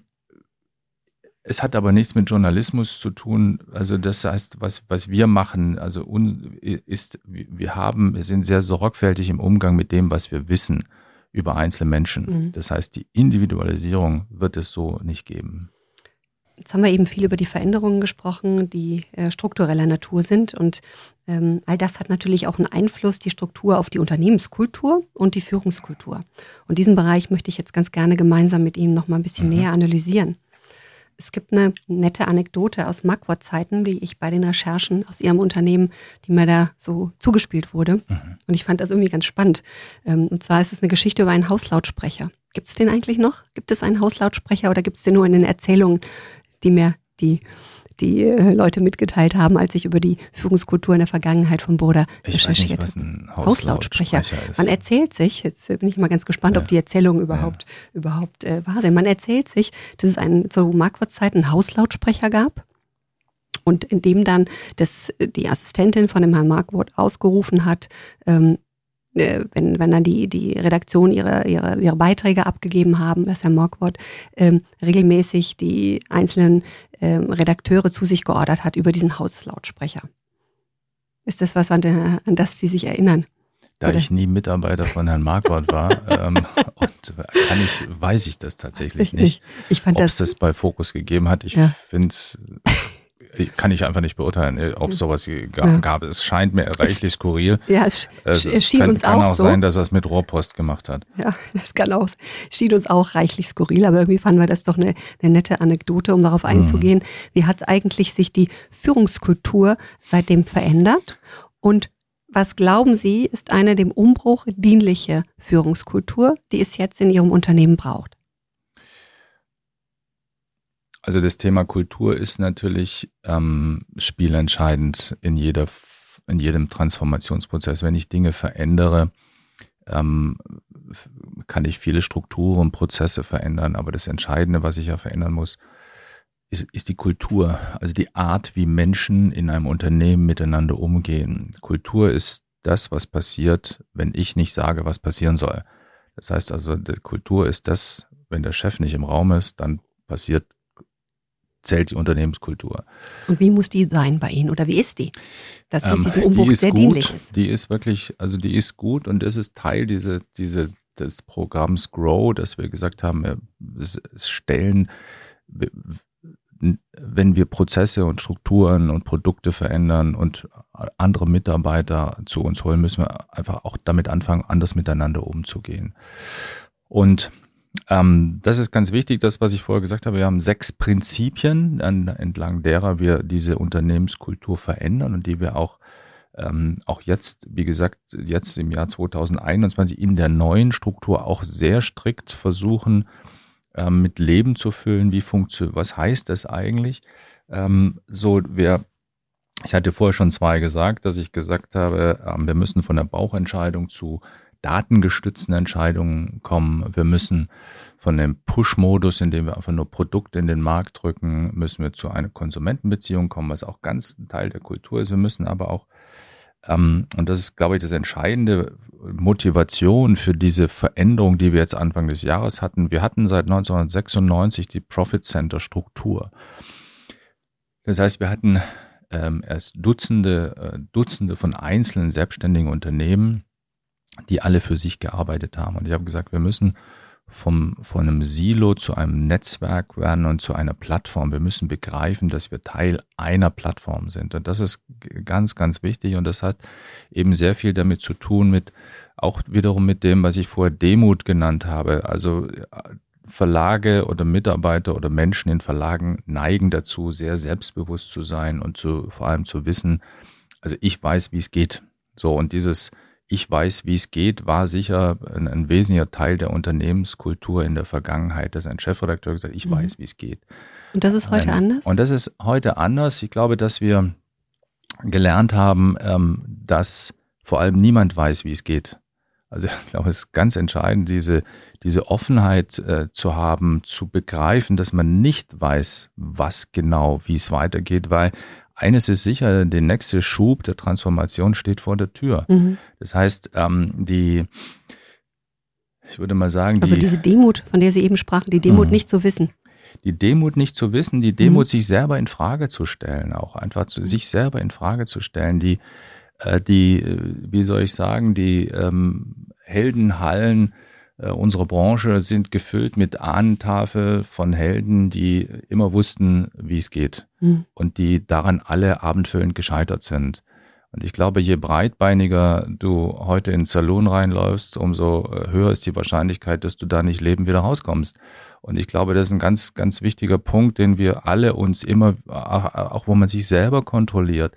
Es hat aber nichts mit Journalismus zu tun. Also das heißt, was, was wir machen, also un, ist, wir haben, wir sind sehr sorgfältig im Umgang mit dem, was wir wissen über einzelne Menschen. Mhm. Das heißt, die Individualisierung wird es so nicht geben. Jetzt haben wir eben viel über die Veränderungen gesprochen, die äh, struktureller Natur sind. Und ähm, all das hat natürlich auch einen Einfluss, die Struktur, auf die Unternehmenskultur und die Führungskultur. Und diesen Bereich möchte ich jetzt ganz gerne gemeinsam mit Ihnen noch mal ein bisschen mhm. näher analysieren. Es gibt eine nette Anekdote aus Marquardt-Zeiten, die ich bei den Recherchen aus Ihrem Unternehmen, die mir da so zugespielt wurde. Mhm. Und ich fand das irgendwie ganz spannend. Und zwar ist es eine Geschichte über einen Hauslautsprecher. Gibt es den eigentlich noch? Gibt es einen Hauslautsprecher oder gibt es den nur in den Erzählungen, die mir die, die Leute mitgeteilt haben, als ich über die Führungskultur in der Vergangenheit von Boda ich recherchiert habe? Ich weiß nicht, was ein Hauslautsprecher, Hauslautsprecher ist. Man erzählt sich, jetzt bin ich mal ganz gespannt, Ja. ob die Erzählungen überhaupt, ja. überhaupt äh, wahr sind. Man erzählt sich, dass es einen, zu Marquardt-Zeiten einen Hauslautsprecher gab und in dem dann das, die Assistentin von dem Herrn Marquardt ausgerufen hat, ähm, wenn, wenn dann die, die Redaktion ihre, ihre, ihre Beiträge abgegeben haben, dass Herr Marquardt ähm, regelmäßig die einzelnen ähm, Redakteure zu sich geordert hat über diesen Hauslautsprecher. Ist das was, an, der, an das Sie sich erinnern? Da Oder? ich nie Mitarbeiter von Herrn Marquardt war, ähm, und kann ich, weiß ich das tatsächlich ich nicht. Ich fand ob das, es das bei Focus gegeben hat. Ich ja. finde es, kann ich einfach nicht beurteilen, ob es sowas gab. Ja. Es scheint mir reichlich skurril. Ja, es, es, es schien kann, uns kann auch auch so. sein, dass er es mit Rohrpost gemacht hat. Ja, das kann auch, schien uns auch reichlich skurril, aber irgendwie fanden wir das doch eine, eine nette Anekdote, um darauf einzugehen. Mhm. Wie hat eigentlich sich die Führungskultur seitdem verändert? Und was glauben Sie, ist eine dem Umbruch dienliche Führungskultur, die es jetzt in Ihrem Unternehmen braucht? Also das Thema Kultur ist natürlich ähm, spielentscheidend in jeder, in jedem Transformationsprozess. Wenn ich Dinge verändere, ähm, kann ich viele Strukturen und Prozesse verändern. Aber das Entscheidende, was ich ja verändern muss, ist, ist die Kultur. Also die Art, wie Menschen in einem Unternehmen miteinander umgehen. Kultur ist das, was passiert, wenn ich nicht sage, was passieren soll. Das heißt also, die Kultur ist das, wenn der Chef nicht im Raum ist, dann passiert zählt die Unternehmenskultur. Und wie muss die sein bei Ihnen oder wie ist die? Dass sie ähm, diesem Umbruch sehr gut, dienlich ist. Die ist wirklich, also die ist gut und das ist Teil diese, diese, des Programms Grow, dass wir gesagt haben, wir stellen, wenn wir Prozesse und Strukturen und Produkte verändern und andere Mitarbeiter zu uns holen, müssen wir einfach auch damit anfangen, anders miteinander umzugehen. Und Ähm, das ist ganz wichtig, das, was ich vorher gesagt habe. Wir haben sechs Prinzipien, an, entlang derer wir diese Unternehmenskultur verändern und die wir auch, ähm, auch jetzt, wie gesagt, jetzt im Jahr zweitausendeinundzwanzig in der neuen Struktur auch sehr strikt versuchen, ähm, mit Leben zu füllen. Wie funktioniert, was heißt das eigentlich? Ähm, so, wir, ich hatte vorher schon zwei gesagt, dass ich gesagt habe, ähm, wir müssen von der Bauchentscheidung zu datengestützten Entscheidungen kommen. Wir müssen von dem Push-Modus, in dem wir einfach nur Produkte in den Markt drücken, müssen wir zu einer Konsumentenbeziehung kommen, was auch ganz ein Teil der Kultur ist. Wir müssen aber auch, ähm, und das ist, glaube ich, das Entscheidende, Motivation für diese Veränderung, die wir jetzt Anfang des Jahres hatten. Wir hatten seit neunzehnhundertsechsundneunzig die Profit-Center-Struktur. Das heißt, wir hatten ähm, erst Dutzende, äh, Dutzende von einzelnen selbstständigen Unternehmen, die alle für sich gearbeitet haben. Und ich habe gesagt, wir müssen vom, von einem Silo zu einem Netzwerk werden und zu einer Plattform. Wir müssen begreifen, dass wir Teil einer Plattform sind. Und das ist ganz, ganz wichtig. Und das hat eben sehr viel damit zu tun, mit auch wiederum mit dem, was ich vorher Demut genannt habe. Also Verlage oder Mitarbeiter oder Menschen in Verlagen neigen dazu, sehr selbstbewusst zu sein und zu, vor allem zu wissen, also ich weiß, wie es geht. So, und dieses Ich weiß, wie es geht, war sicher ein, ein wesentlicher Teil der Unternehmenskultur in der Vergangenheit, dass ein Chefredakteur gesagt hat, ich mhm. weiß, wie es geht. Und das ist heute ähm, anders? Und das ist heute anders. Ich glaube, dass wir gelernt haben, ähm, dass vor allem niemand weiß, wie es geht. Also ich glaube, es ist ganz entscheidend, diese, diese Offenheit äh, zu haben, zu begreifen, dass man nicht weiß, was genau, wie es weitergeht, weil eines ist sicher, der nächste Schub der Transformation steht vor der Tür. Mhm. Das heißt, ähm, die, ich würde mal sagen, also die, diese Demut, von der Sie eben sprachen, die Demut mh. nicht zu wissen. Die Demut nicht zu wissen, die Demut, mhm. sich selber in Frage zu stellen, auch einfach zu, sich selber in Frage zu stellen, die, äh, die, wie soll ich sagen, die ähm, Heldenhallen äh, unserer Branche sind gefüllt mit Ahnentafel von Helden, die immer wussten, wie es geht mhm. und die daran alle abendfüllend gescheitert sind. Und ich glaube, je breitbeiniger du heute ins Salon reinläufst, umso höher ist die Wahrscheinlichkeit, dass du da nicht lebend wieder rauskommst. Und ich glaube, das ist ein ganz, ganz wichtiger Punkt, den wir alle uns immer, auch wo man sich selber kontrolliert,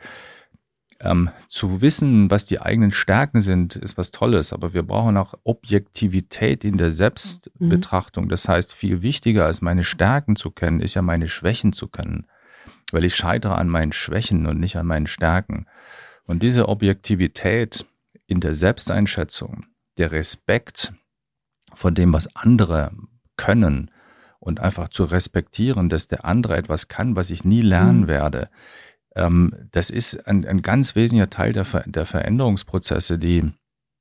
ähm, zu wissen, was die eigenen Stärken sind, ist was Tolles. Aber wir brauchen auch Objektivität in der Selbstbetrachtung. Das heißt, viel wichtiger als meine Stärken zu kennen, ist ja meine Schwächen zu kennen. Weil ich scheitere an meinen Schwächen und nicht an meinen Stärken. Und diese Objektivität in der Selbsteinschätzung, der Respekt vor dem, was andere können und einfach zu respektieren, dass der andere etwas kann, was ich nie lernen mhm. werde, ähm, das ist ein, ein ganz wesentlicher Teil der, Ver- der Veränderungsprozesse, die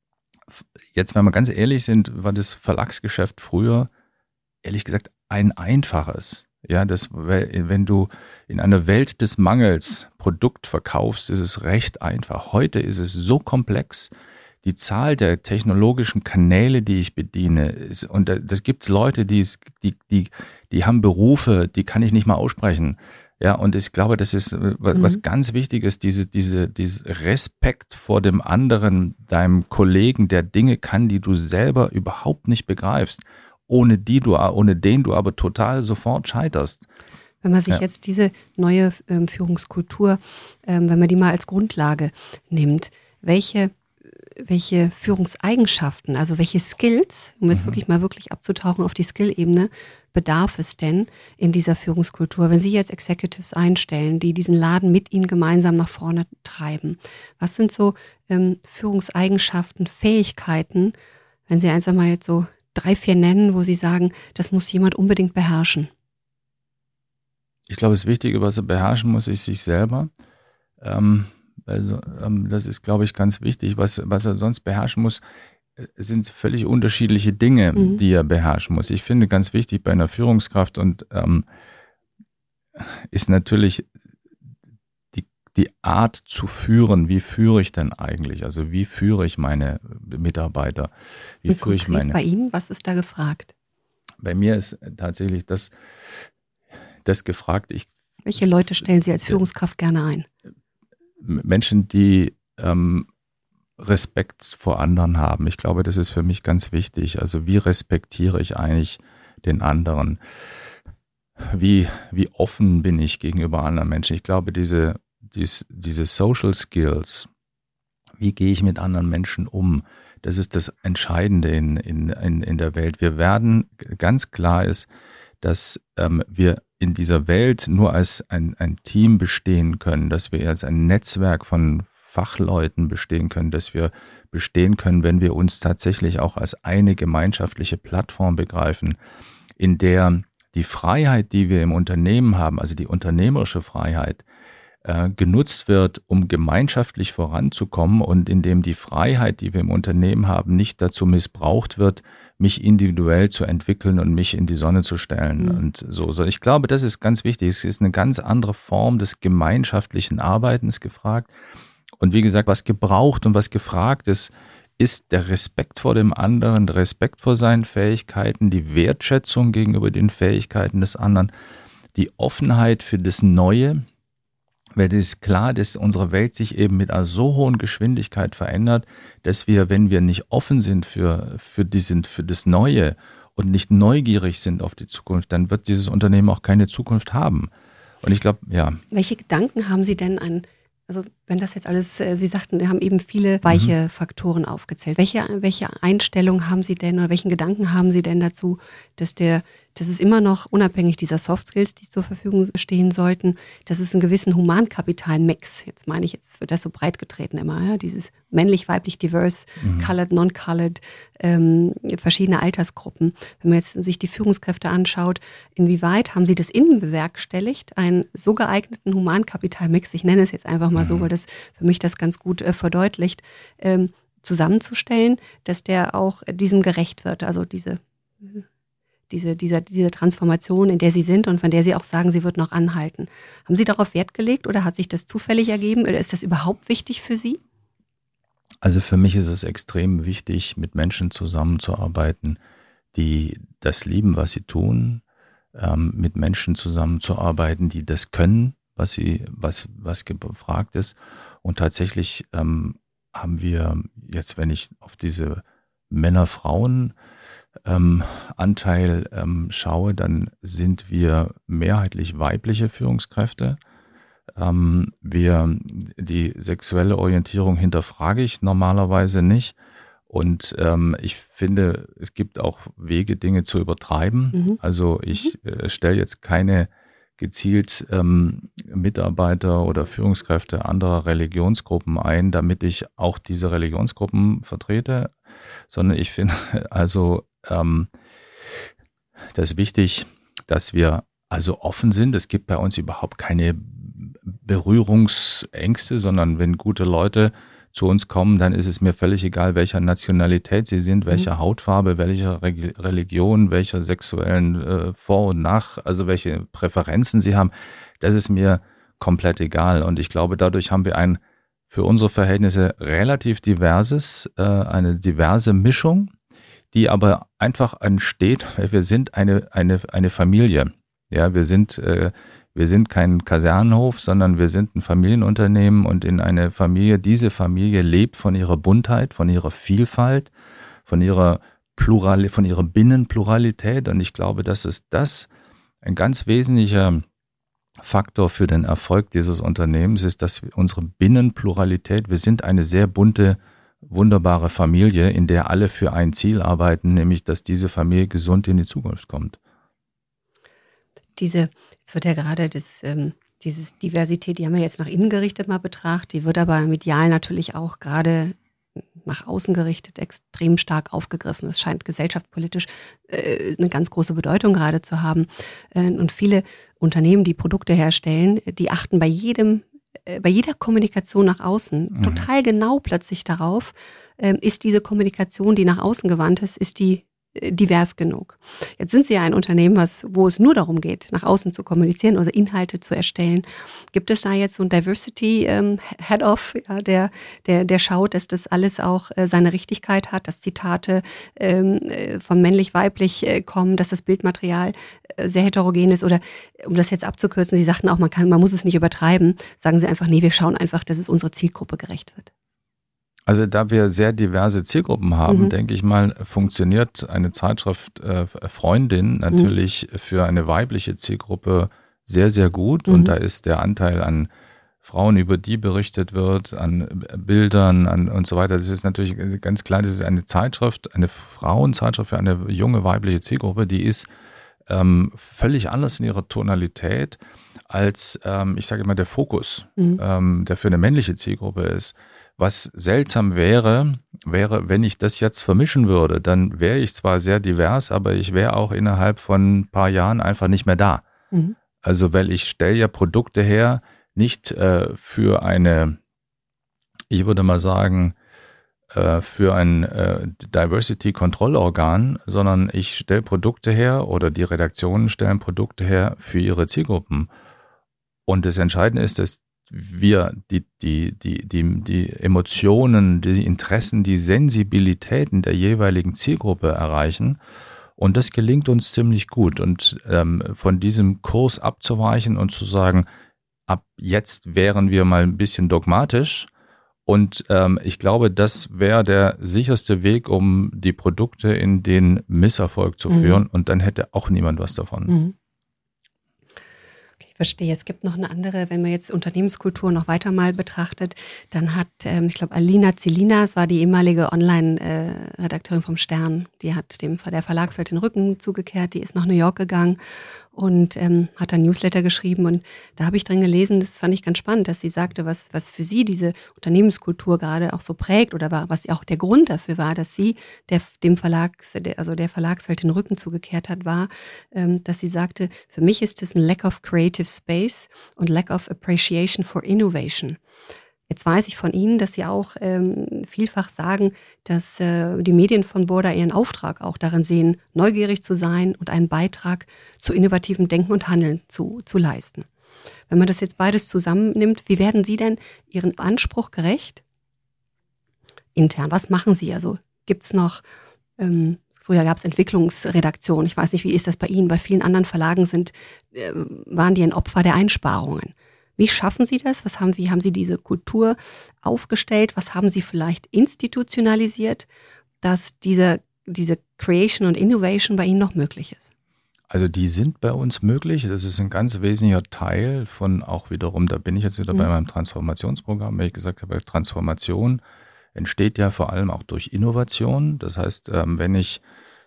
jetzt, wenn wir ganz ehrlich sind, war das Verlagsgeschäft früher, ehrlich gesagt, ein einfaches. Ja, das, wenn du in einer Welt des Mangels Produkt verkaufst, ist es recht einfach. Heute ist es so komplex. Die Zahl der technologischen Kanäle, die ich bediene, ist, und das gibt's Leute, die, die, die, die haben Berufe, die kann ich nicht mal aussprechen. Ja, und ich glaube, das ist was mhm. ganz Wichtiges, diese, diese, dieses Respekt vor dem anderen, deinem Kollegen, der Dinge kann, die du selber überhaupt nicht begreifst. Ohne die du, ohne den du aber total sofort scheiterst. Wenn man sich ja. jetzt diese neue ähm, Führungskultur, ähm, wenn man die mal als Grundlage nimmt, welche, welche Führungseigenschaften, also welche Skills, um jetzt mhm. wirklich mal wirklich abzutauchen auf die Skill-Ebene, bedarf es denn in dieser Führungskultur, wenn Sie jetzt Executives einstellen, die diesen Laden mit Ihnen gemeinsam nach vorne treiben? Was sind so ähm, Führungseigenschaften, Fähigkeiten, wenn Sie einfach mal jetzt so drei, vier nennen, wo Sie sagen, das muss jemand unbedingt beherrschen? Ich glaube, das Wichtige, was er beherrschen muss, ist sich selber. Ähm, also, ähm, das ist, glaube ich, ganz wichtig. Was, was er sonst beherrschen muss, sind völlig unterschiedliche Dinge, mhm. die er beherrschen muss. Ich finde ganz wichtig bei einer Führungskraft und ähm, ist natürlich die, die Art zu führen. Wie führe ich denn eigentlich? Also wie führe ich meine Mitarbeiter? Wie und führe ich meine? Bei Ihnen, was ist da gefragt? Bei mir ist tatsächlich das, das gefragt. Ich, Welche Leute stellen Sie als Führungskraft gerne ein? Menschen, die ähm, Respekt vor anderen haben. Ich glaube, das ist für mich ganz wichtig. Also wie respektiere ich eigentlich den anderen? Wie, wie offen bin ich gegenüber anderen Menschen? Ich glaube, diese, dies, diese Social Skills, wie gehe ich mit anderen Menschen um? Das ist das Entscheidende in, in, in, in der Welt. Wir werden, ganz klar ist, dass ähm, wir in dieser Welt nur als ein, ein Team bestehen können, dass wir als ein Netzwerk von Fachleuten bestehen können, dass wir bestehen können, wenn wir uns tatsächlich auch als eine gemeinschaftliche Plattform begreifen, in der die Freiheit, die wir im Unternehmen haben, also die unternehmerische Freiheit, äh, genutzt wird, um gemeinschaftlich voranzukommen und in dem die Freiheit, die wir im Unternehmen haben, nicht dazu missbraucht wird, mich individuell zu entwickeln und mich in die Sonne zu stellen. Mhm. Und so, so. Ich glaube, das ist ganz wichtig. Es ist eine ganz andere Form des gemeinschaftlichen Arbeitens gefragt. Und wie gesagt, was gebraucht und was gefragt ist, ist der Respekt vor dem anderen, der Respekt vor seinen Fähigkeiten, die Wertschätzung gegenüber den Fähigkeiten des anderen, die Offenheit für das Neue. Weil es ist klar, dass unsere Welt sich eben mit einer so hohen Geschwindigkeit verändert, dass wir, wenn wir nicht offen sind für, für, diesen, für das Neue und nicht neugierig sind auf die Zukunft, dann wird dieses Unternehmen auch keine Zukunft haben. Und ich glaube, ja. Welche Gedanken haben Sie denn an, also wenn das jetzt alles, Sie sagten, wir haben eben viele weiche mhm. Faktoren aufgezählt. Welche, welche Einstellung haben Sie denn oder welchen Gedanken haben Sie denn dazu, dass der, dass es immer noch, unabhängig dieser Soft Skills, die zur Verfügung stehen sollten, dass es einen gewissen Humankapital-Mix, jetzt meine ich, jetzt wird das so breit getreten immer, ja, dieses männlich, weiblich, diverse, mhm. colored, non-colored, ähm, verschiedene Altersgruppen. Wenn man jetzt sich die Führungskräfte anschaut, inwieweit haben Sie das innen bewerkstelligt, einen so geeigneten Humankapital-Mix, ich nenne es jetzt einfach mal so, weil das für mich das ganz gut äh, verdeutlicht, ähm, zusammenzustellen, dass der auch diesem gerecht wird, also diese, diese, diese, diese Transformation, in der Sie sind und von der Sie auch sagen, sie wird noch anhalten. Haben Sie darauf Wert gelegt oder hat sich das zufällig ergeben oder ist das überhaupt wichtig für Sie? Also für mich ist es extrem wichtig, mit Menschen zusammenzuarbeiten, die das lieben, was sie tun, ähm, mit Menschen zusammenzuarbeiten, die das können, was sie, was, was gefragt ist. Und tatsächlich ähm, haben wir jetzt, wenn ich auf diese Männer-Frauen-Anteil ähm, ähm, schaue, dann sind wir mehrheitlich weibliche Führungskräfte. Ähm, wir, die sexuelle Orientierung hinterfrage ich normalerweise nicht. Und ähm, ich finde, es gibt auch Wege, Dinge zu übertreiben. Mhm. Also ich äh, stelle jetzt keine gezielt ähm, Mitarbeiter oder Führungskräfte anderer Religionsgruppen ein, damit ich auch diese Religionsgruppen vertrete, sondern ich finde also ähm, das ist wichtig, dass wir also offen sind. Es gibt bei uns überhaupt keine Berührungsängste, sondern wenn gute Leute zu uns kommen, dann ist es mir völlig egal, welcher Nationalität sie sind, welcher mhm. Hautfarbe, welcher Re- Religion, welcher sexuellen äh, Vor- und Nach, also welche Präferenzen sie haben. Das ist mir komplett egal. Und ich glaube, dadurch haben wir ein für unsere Verhältnisse relativ diverses, äh, eine diverse Mischung, die aber einfach entsteht, weil wir sind eine eine eine Familie. Ja, wir sind äh, Wir sind kein Kasernenhof, sondern wir sind ein Familienunternehmen und in eine Familie, diese Familie lebt von ihrer Buntheit, von ihrer Vielfalt, von ihrer Plural, von ihrer Binnenpluralität. Und ich glaube, dass es das ein ganz wesentlicher Faktor für den Erfolg dieses Unternehmens ist, dass unsere Binnenpluralität, wir sind eine sehr bunte, wunderbare Familie, in der alle für ein Ziel arbeiten, nämlich, dass diese Familie gesund in die Zukunft kommt. Diese, jetzt wird ja gerade das, ähm, dieses Diversität, die haben wir jetzt nach innen gerichtet mal betrachtet, die wird aber medial natürlich auch gerade nach außen gerichtet extrem stark aufgegriffen. Es scheint gesellschaftspolitisch äh, eine ganz große Bedeutung gerade zu haben. Äh, und viele Unternehmen, die Produkte herstellen, die achten bei jedem, äh, bei jeder Kommunikation nach außen mhm. total genau plötzlich darauf, äh, ist diese Kommunikation, die nach außen gewandt ist, ist die divers genug. Jetzt sind Sie ja ein Unternehmen, was, wo es nur darum geht, nach außen zu kommunizieren oder Inhalte zu erstellen. Gibt es da jetzt so ein Diversity ähm, Head-Off, ja, der, der, der schaut, dass das alles auch äh, seine Richtigkeit hat, dass Zitate ähm, von männlich-weiblich äh, kommen, dass das Bildmaterial äh, sehr heterogen ist oder, um das jetzt abzukürzen, Sie sagten auch, man kann, man muss es nicht übertreiben, sagen Sie einfach, nee, wir schauen einfach, dass es unserer Zielgruppe gerecht wird. Also da wir sehr diverse Zielgruppen haben, mhm. denke ich mal, funktioniert eine Zeitschrift äh, Freundin natürlich mhm. für eine weibliche Zielgruppe sehr, sehr gut. Mhm. Und da ist der Anteil an Frauen, über die berichtet wird, an Bildern an und so weiter. Das ist natürlich ganz klar, das ist eine Zeitschrift, eine Frauenzeitschrift für eine junge weibliche Zielgruppe, die ist ähm, völlig anders in ihrer Tonalität als, ähm, ich sage immer, der Fokus, mhm. ähm, der für eine männliche Zielgruppe ist. Was seltsam wäre, wäre, wenn ich das jetzt vermischen würde, dann wäre ich zwar sehr divers, aber ich wäre auch innerhalb von ein paar Jahren einfach nicht mehr da. Mhm. Also, weil ich stelle ja Produkte her, nicht äh, für eine, ich würde mal sagen, äh, für ein äh, Diversity-Kontrollorgan, sondern ich stelle Produkte her oder die Redaktionen stellen Produkte her für ihre Zielgruppen. Und das Entscheidende ist, dass wir die, die, die, die, die Emotionen, die Interessen, die Sensibilitäten der jeweiligen Zielgruppe erreichen. Und das gelingt uns ziemlich gut. Und ähm, von diesem Kurs abzuweichen und zu sagen, ab jetzt wären wir mal ein bisschen dogmatisch Und ähm, ich glaube, das wäre der sicherste Weg, um die Produkte in den Misserfolg zu führen. Mhm. Und dann hätte auch niemand was davon. Mhm. Verstehe. Es gibt noch eine andere, wenn man jetzt Unternehmenskultur noch weiter mal betrachtet, dann hat, ähm, ich glaube, Alina Zelina, das war die ehemalige Online-Redakteurin vom Stern, die hat dem der Verlagswelt den Rücken zugekehrt, die ist nach New York gegangen und ähm, hat ein Newsletter geschrieben und da habe ich drin gelesen, das fand ich ganz spannend, dass sie sagte, was, was für sie diese Unternehmenskultur gerade auch so prägt oder war, was auch der Grund dafür war, dass sie der, dem Verlag, also der Verlagswelt den Rücken zugekehrt hat, war, ähm, dass sie sagte, für mich ist es ein Lack of Creative Space und Lack of Appreciation for Innovation. Jetzt weiß ich von Ihnen, dass Sie auch ähm, vielfach sagen, dass äh, die Medien von Burda ihren Auftrag auch darin sehen, neugierig zu sein und einen Beitrag zu innovativem Denken und Handeln zu, zu leisten. Wenn man das jetzt beides zusammennimmt, wie werden Sie denn Ihren Anspruch gerecht? Intern, was machen Sie? Also gibt es noch, ähm, früher gab es Entwicklungsredaktionen, ich weiß nicht, wie ist das bei Ihnen? Bei vielen anderen Verlagen sind, äh, waren die ein Opfer der Einsparungen. Wie schaffen Sie das? Was haben, wie haben Sie diese Kultur aufgestellt? Was haben Sie vielleicht institutionalisiert, dass diese, diese Creation und Innovation bei Ihnen noch möglich ist? Also die sind bei uns möglich. Das ist ein ganz wesentlicher Teil von auch wiederum, da bin ich jetzt wieder mhm. bei meinem Transformationsprogramm, wenn ich gesagt habe, Transformation entsteht ja vor allem auch durch Innovation. Das heißt, wenn ich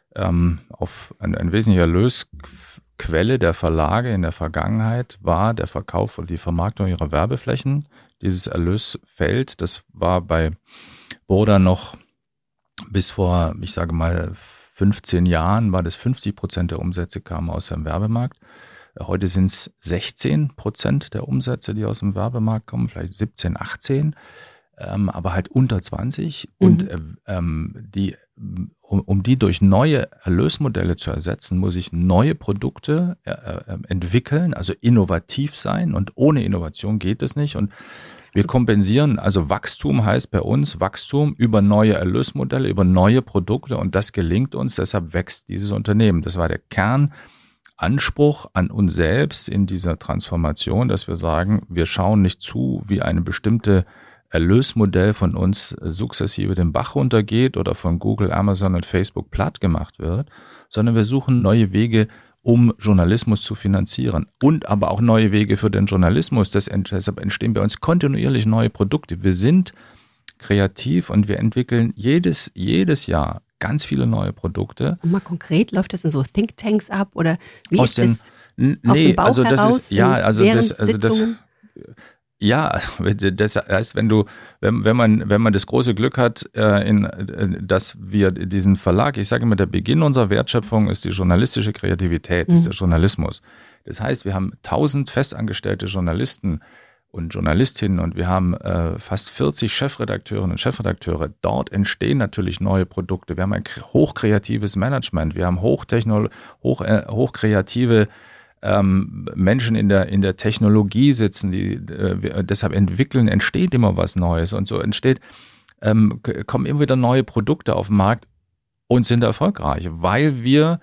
auf ein, ein wesentlicher Erlös Quelle der Verlage in der Vergangenheit war der Verkauf und die Vermarktung ihrer Werbeflächen. Dieses Erlösfeld, das war bei Burda noch bis vor, ich sage mal, fünfzehn Jahren, war das fünfzig Prozent der Umsätze kamen aus dem Werbemarkt. Heute sind es sechzehn Prozent der Umsätze, die aus dem Werbemarkt kommen, vielleicht siebzehn, achtzehn, ähm, aber halt unter zwanzig. Mhm. Und ähm, die Um, um die durch neue Erlösmodelle zu ersetzen, muss ich neue Produkte äh, äh, entwickeln, also innovativ sein. Und ohne Innovation geht es nicht. Und wir kompensieren, also Wachstum heißt bei uns Wachstum über neue Erlösmodelle, über neue Produkte. Und das gelingt uns, deshalb wächst dieses Unternehmen. Das war der Kernanspruch an uns selbst in dieser Transformation, dass wir sagen, wir schauen nicht zu, wie eine bestimmte Erlösmodell von uns sukzessive den Bach runtergeht oder von Google, Amazon und Facebook platt gemacht wird, sondern wir suchen neue Wege, um Journalismus zu finanzieren und aber auch neue Wege für den Journalismus. Das, deshalb entstehen bei uns kontinuierlich neue Produkte. Wir sind kreativ und wir entwickeln jedes, jedes Jahr ganz viele neue Produkte. Und mal konkret, läuft das in so Thinktanks ab oder wie aus ist den, das n- aus nee, dem Bauch also das heraus? Ist, ja, also das, also das Sitzungen? Ja, das heißt, wenn du, wenn, wenn man, wenn man das große Glück hat, äh, in, dass wir diesen Verlag, ich sage immer, der Beginn unserer Wertschöpfung ist die journalistische Kreativität, mhm. ist der Journalismus. Das heißt, wir haben tausend festangestellte Journalisten und Journalistinnen und wir haben äh, fast vierzig Chefredakteurinnen und Chefredakteure. Dort entstehen natürlich neue Produkte. Wir haben ein hochkreatives Management, wir haben hochtechnolo- hoch, äh, hochkreative Ähm, Menschen in der in der Technologie sitzen, die äh, deshalb entwickeln, entsteht immer was Neues und so entsteht, ähm, kommen immer wieder neue Produkte auf den Markt und sind erfolgreich, weil wir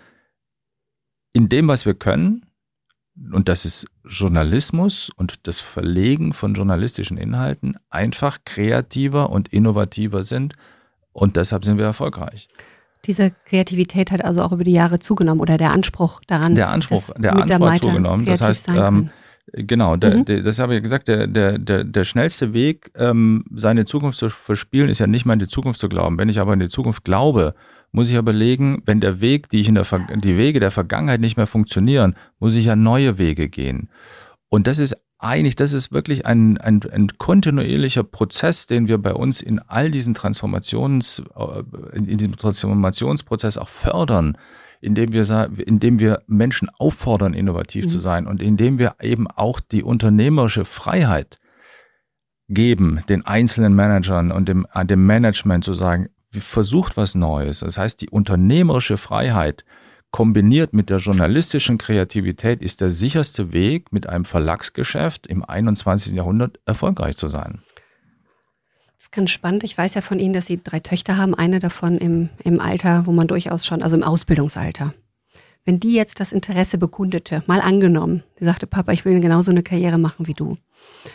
in dem, was wir können, und das ist Journalismus und das Verlegen von journalistischen Inhalten, einfach kreativer und innovativer sind und deshalb sind wir erfolgreich. Diese Kreativität hat also auch über die Jahre zugenommen oder der Anspruch daran. Der Anspruch, der Anspruch hat zugenommen. Das heißt, ähm, genau, der, mhm. der, das habe ich gesagt, der, der, der, der schnellste Weg, ähm, seine Zukunft zu verspielen, ist ja nicht mal in die Zukunft zu glauben. Wenn ich aber in die Zukunft glaube, muss ich überlegen, wenn der Weg, die ich in der Ver- die Wege der Vergangenheit nicht mehr funktionieren, muss ich ja neue Wege gehen. Und das ist eigentlich, das ist wirklich ein, ein, ein kontinuierlicher Prozess, den wir bei uns in all diesen Transformations, in diesem Transformationsprozess auch fördern, indem wir, indem wir Menschen auffordern, innovativ mhm. zu sein und indem wir eben auch die unternehmerische Freiheit geben, den einzelnen Managern und dem, dem Management zu sagen, versucht was Neues. Das heißt, die unternehmerische Freiheit kombiniert mit der journalistischen Kreativität ist der sicherste Weg, mit einem Verlagsgeschäft im einundzwanzigsten Jahrhundert erfolgreich zu sein. Das ist ganz spannend. Ich weiß ja von Ihnen, dass Sie drei Töchter haben, eine davon im, im Alter, wo man durchaus schon, also im Ausbildungsalter. Wenn die jetzt das Interesse bekundete, mal angenommen, sie sagte, Papa, ich will genauso eine Karriere machen wie du.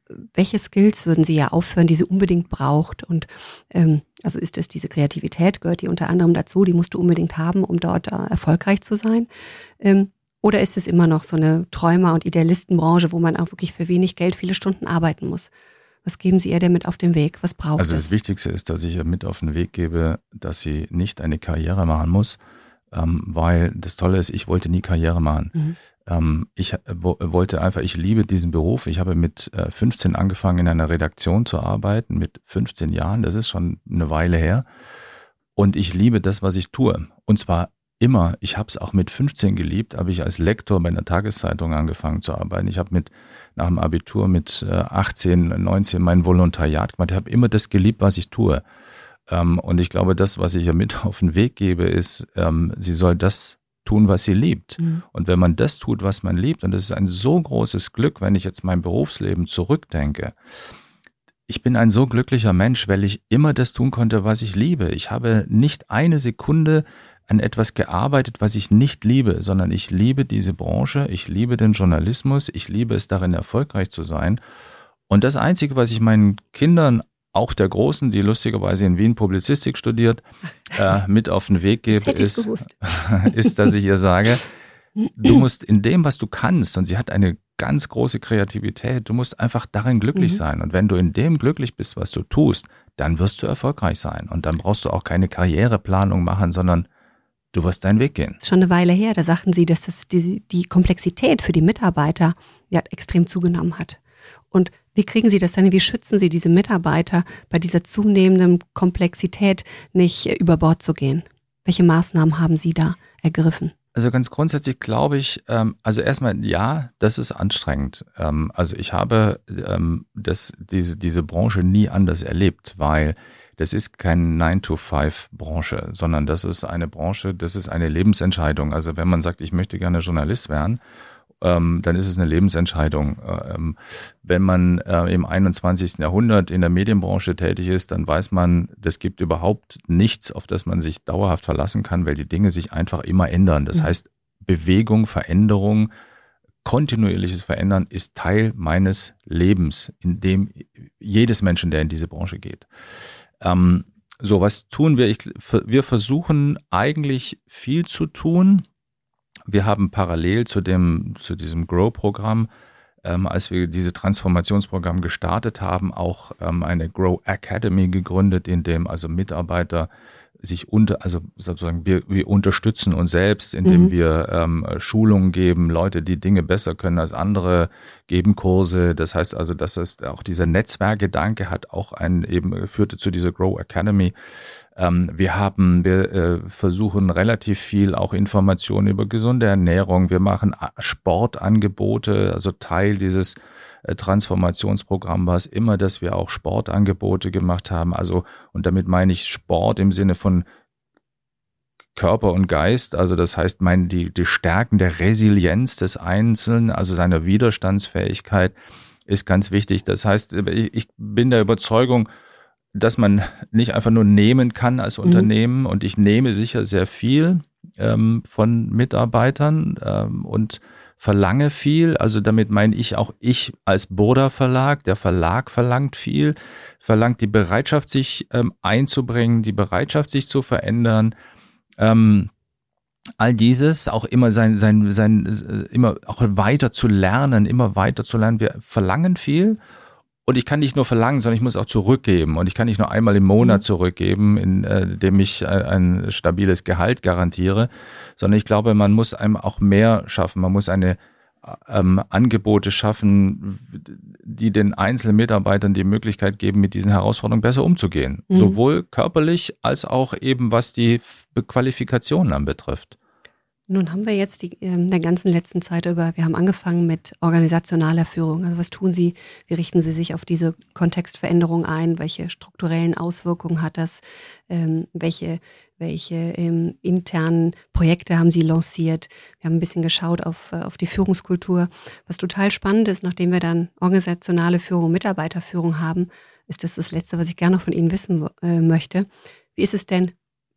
welche Skills würden Sie ja aufführen, die sie unbedingt braucht? Und ähm, also ist es diese Kreativität, gehört die unter anderem dazu, die musst du unbedingt haben, um dort äh, erfolgreich zu sein? Ähm, oder ist es immer noch so eine Träumer- und Idealistenbranche, wo man auch wirklich für wenig Geld viele Stunden arbeiten muss? Was geben Sie ihr denn mit auf den Weg? Was braucht es? Also das Wichtigste ist, dass ich ihr mit auf den Weg gebe, dass sie nicht eine Karriere machen muss, ähm, weil das Tolle ist, ich wollte nie Karriere machen. Mhm. Ähm, ich wo, wollte einfach, ich liebe diesen Beruf. Ich habe mit äh, fünfzehn angefangen, in einer Redaktion zu arbeiten, mit fünfzehn Jahren. Das ist schon eine Weile her. Und ich liebe das, was ich tue. Und zwar immer. Ich habe es auch mit fünfzehn geliebt, habe ich als Lektor bei einer Tageszeitung angefangen zu arbeiten. Ich habe mit nach dem Abitur mit achtzehn, neunzehn mein Volontariat gemacht. Ich habe immer das geliebt, was ich tue. Und ich glaube, das, was ich ihr mit auf den Weg gebe, ist, sie soll das tun, was sie liebt. Mhm. Und wenn man das tut, was man liebt, und das ist ein so großes Glück, wenn ich jetzt mein Berufsleben zurückdenke. Ich bin ein so glücklicher Mensch, weil ich immer das tun konnte, was ich liebe. Ich habe nicht eine Sekunde an etwas gearbeitet, was ich nicht liebe, sondern ich liebe diese Branche, ich liebe den Journalismus, ich liebe es darin, erfolgreich zu sein. Und das Einzige, was ich meinen Kindern, auch der Großen, die lustigerweise in Wien Publizistik studiert, äh, mit auf den Weg gebe, ist, ist, dass ich ihr sage, du musst in dem, was du kannst, und sie hat eine ganz große Kreativität, du musst einfach darin glücklich mhm. sein. Und wenn du in dem glücklich bist, was du tust, dann wirst du erfolgreich sein. Und dann brauchst du auch keine Karriereplanung machen, sondern du wirst deinen Weg gehen. Das ist schon eine Weile her, da sagten Sie, dass das die, die Komplexität für die Mitarbeiter ja, extrem zugenommen hat. Und wie kriegen Sie das denn, wie schützen Sie diese Mitarbeiter bei dieser zunehmenden Komplexität nicht über Bord zu gehen? Welche Maßnahmen haben Sie da ergriffen? Also ganz grundsätzlich glaube ich, ähm, also erstmal ja, das ist anstrengend. Ähm, also ich habe ähm, das, diese, diese Branche nie anders erlebt, weil das ist keine nine to five Branche, sondern das ist eine Branche, das ist eine Lebensentscheidung. Also wenn man sagt, ich möchte gerne Journalist werden, ähm, dann ist es eine Lebensentscheidung. Ähm, wenn man äh, im einundzwanzigsten Jahrhundert in der Medienbranche tätig ist, dann weiß man, es gibt überhaupt nichts, auf das man sich dauerhaft verlassen kann, weil die Dinge sich einfach immer ändern. Das mhm. heißt, Bewegung, Veränderung, kontinuierliches Verändern ist Teil meines Lebens, in dem jedes Menschen, der in diese Branche geht. Ähm, so, was tun wir? Ich, wir versuchen eigentlich viel zu tun. Wir haben parallel zu dem, zu diesem Grow-Programm, ähm, als wir dieses Transformationsprogramm gestartet haben, auch ähm, eine Grow Academy gegründet, in dem also Mitarbeiter sich unter, also sozusagen wir, wir unterstützen uns selbst, indem mhm. wir ähm, Schulungen geben, Leute, die Dinge besser können als andere, geben Kurse. Das heißt also, dass es auch dieser Netzwerkgedanke hat auch einen eben führte zu dieser Grow Academy. Ähm, wir haben, wir äh, versuchen relativ viel auch Informationen über gesunde Ernährung. Wir machen Sportangebote, also Teil dieses Transformationsprogramm war es immer, dass wir auch Sportangebote gemacht haben. Also, und damit meine ich Sport im Sinne von Körper und Geist. Also das heißt, mein, die, die Stärken der Resilienz des Einzelnen, also seiner Widerstandsfähigkeit, ist ganz wichtig. Das heißt, ich, ich bin der Überzeugung, dass man nicht einfach nur nehmen kann als Unternehmen. Mhm. Und ich nehme sicher sehr viel ähm, von Mitarbeitern ähm, und verlange viel, also damit meine ich auch ich als Burda Verlag, der Verlag verlangt viel, verlangt die Bereitschaft, sich ähm, einzubringen, die Bereitschaft, sich zu verändern, ähm, all dieses, auch immer sein, sein, sein, immer auch weiter zu lernen, immer weiter zu lernen. Wir verlangen viel. Und ich kann nicht nur verlangen, sondern ich muss auch zurückgeben. Und ich kann nicht nur einmal im Monat zurückgeben, in äh, dem ich äh, ein stabiles Gehalt garantiere, sondern ich glaube, man muss einem auch mehr schaffen. Man muss eine ähm, Angebote schaffen, die den einzelnen Mitarbeitern die Möglichkeit geben, mit diesen Herausforderungen besser umzugehen. Mhm. Sowohl körperlich als auch eben, was die Qualifikationen anbetrifft. Nun haben wir jetzt die, in der ganzen letzten Zeit über, wir haben angefangen mit organisationaler Führung. Also was tun Sie, wie richten Sie sich auf diese Kontextveränderung ein? Welche strukturellen Auswirkungen hat das? Ähm, welche welche ähm, internen Projekte haben Sie lanciert? Wir haben ein bisschen geschaut auf, auf die Führungskultur. Was total spannend ist, nachdem wir dann organisationale Führung, Mitarbeiterführung haben, ist das das Letzte, was ich gerne noch von Ihnen wissen äh, möchte. Wie ist es denn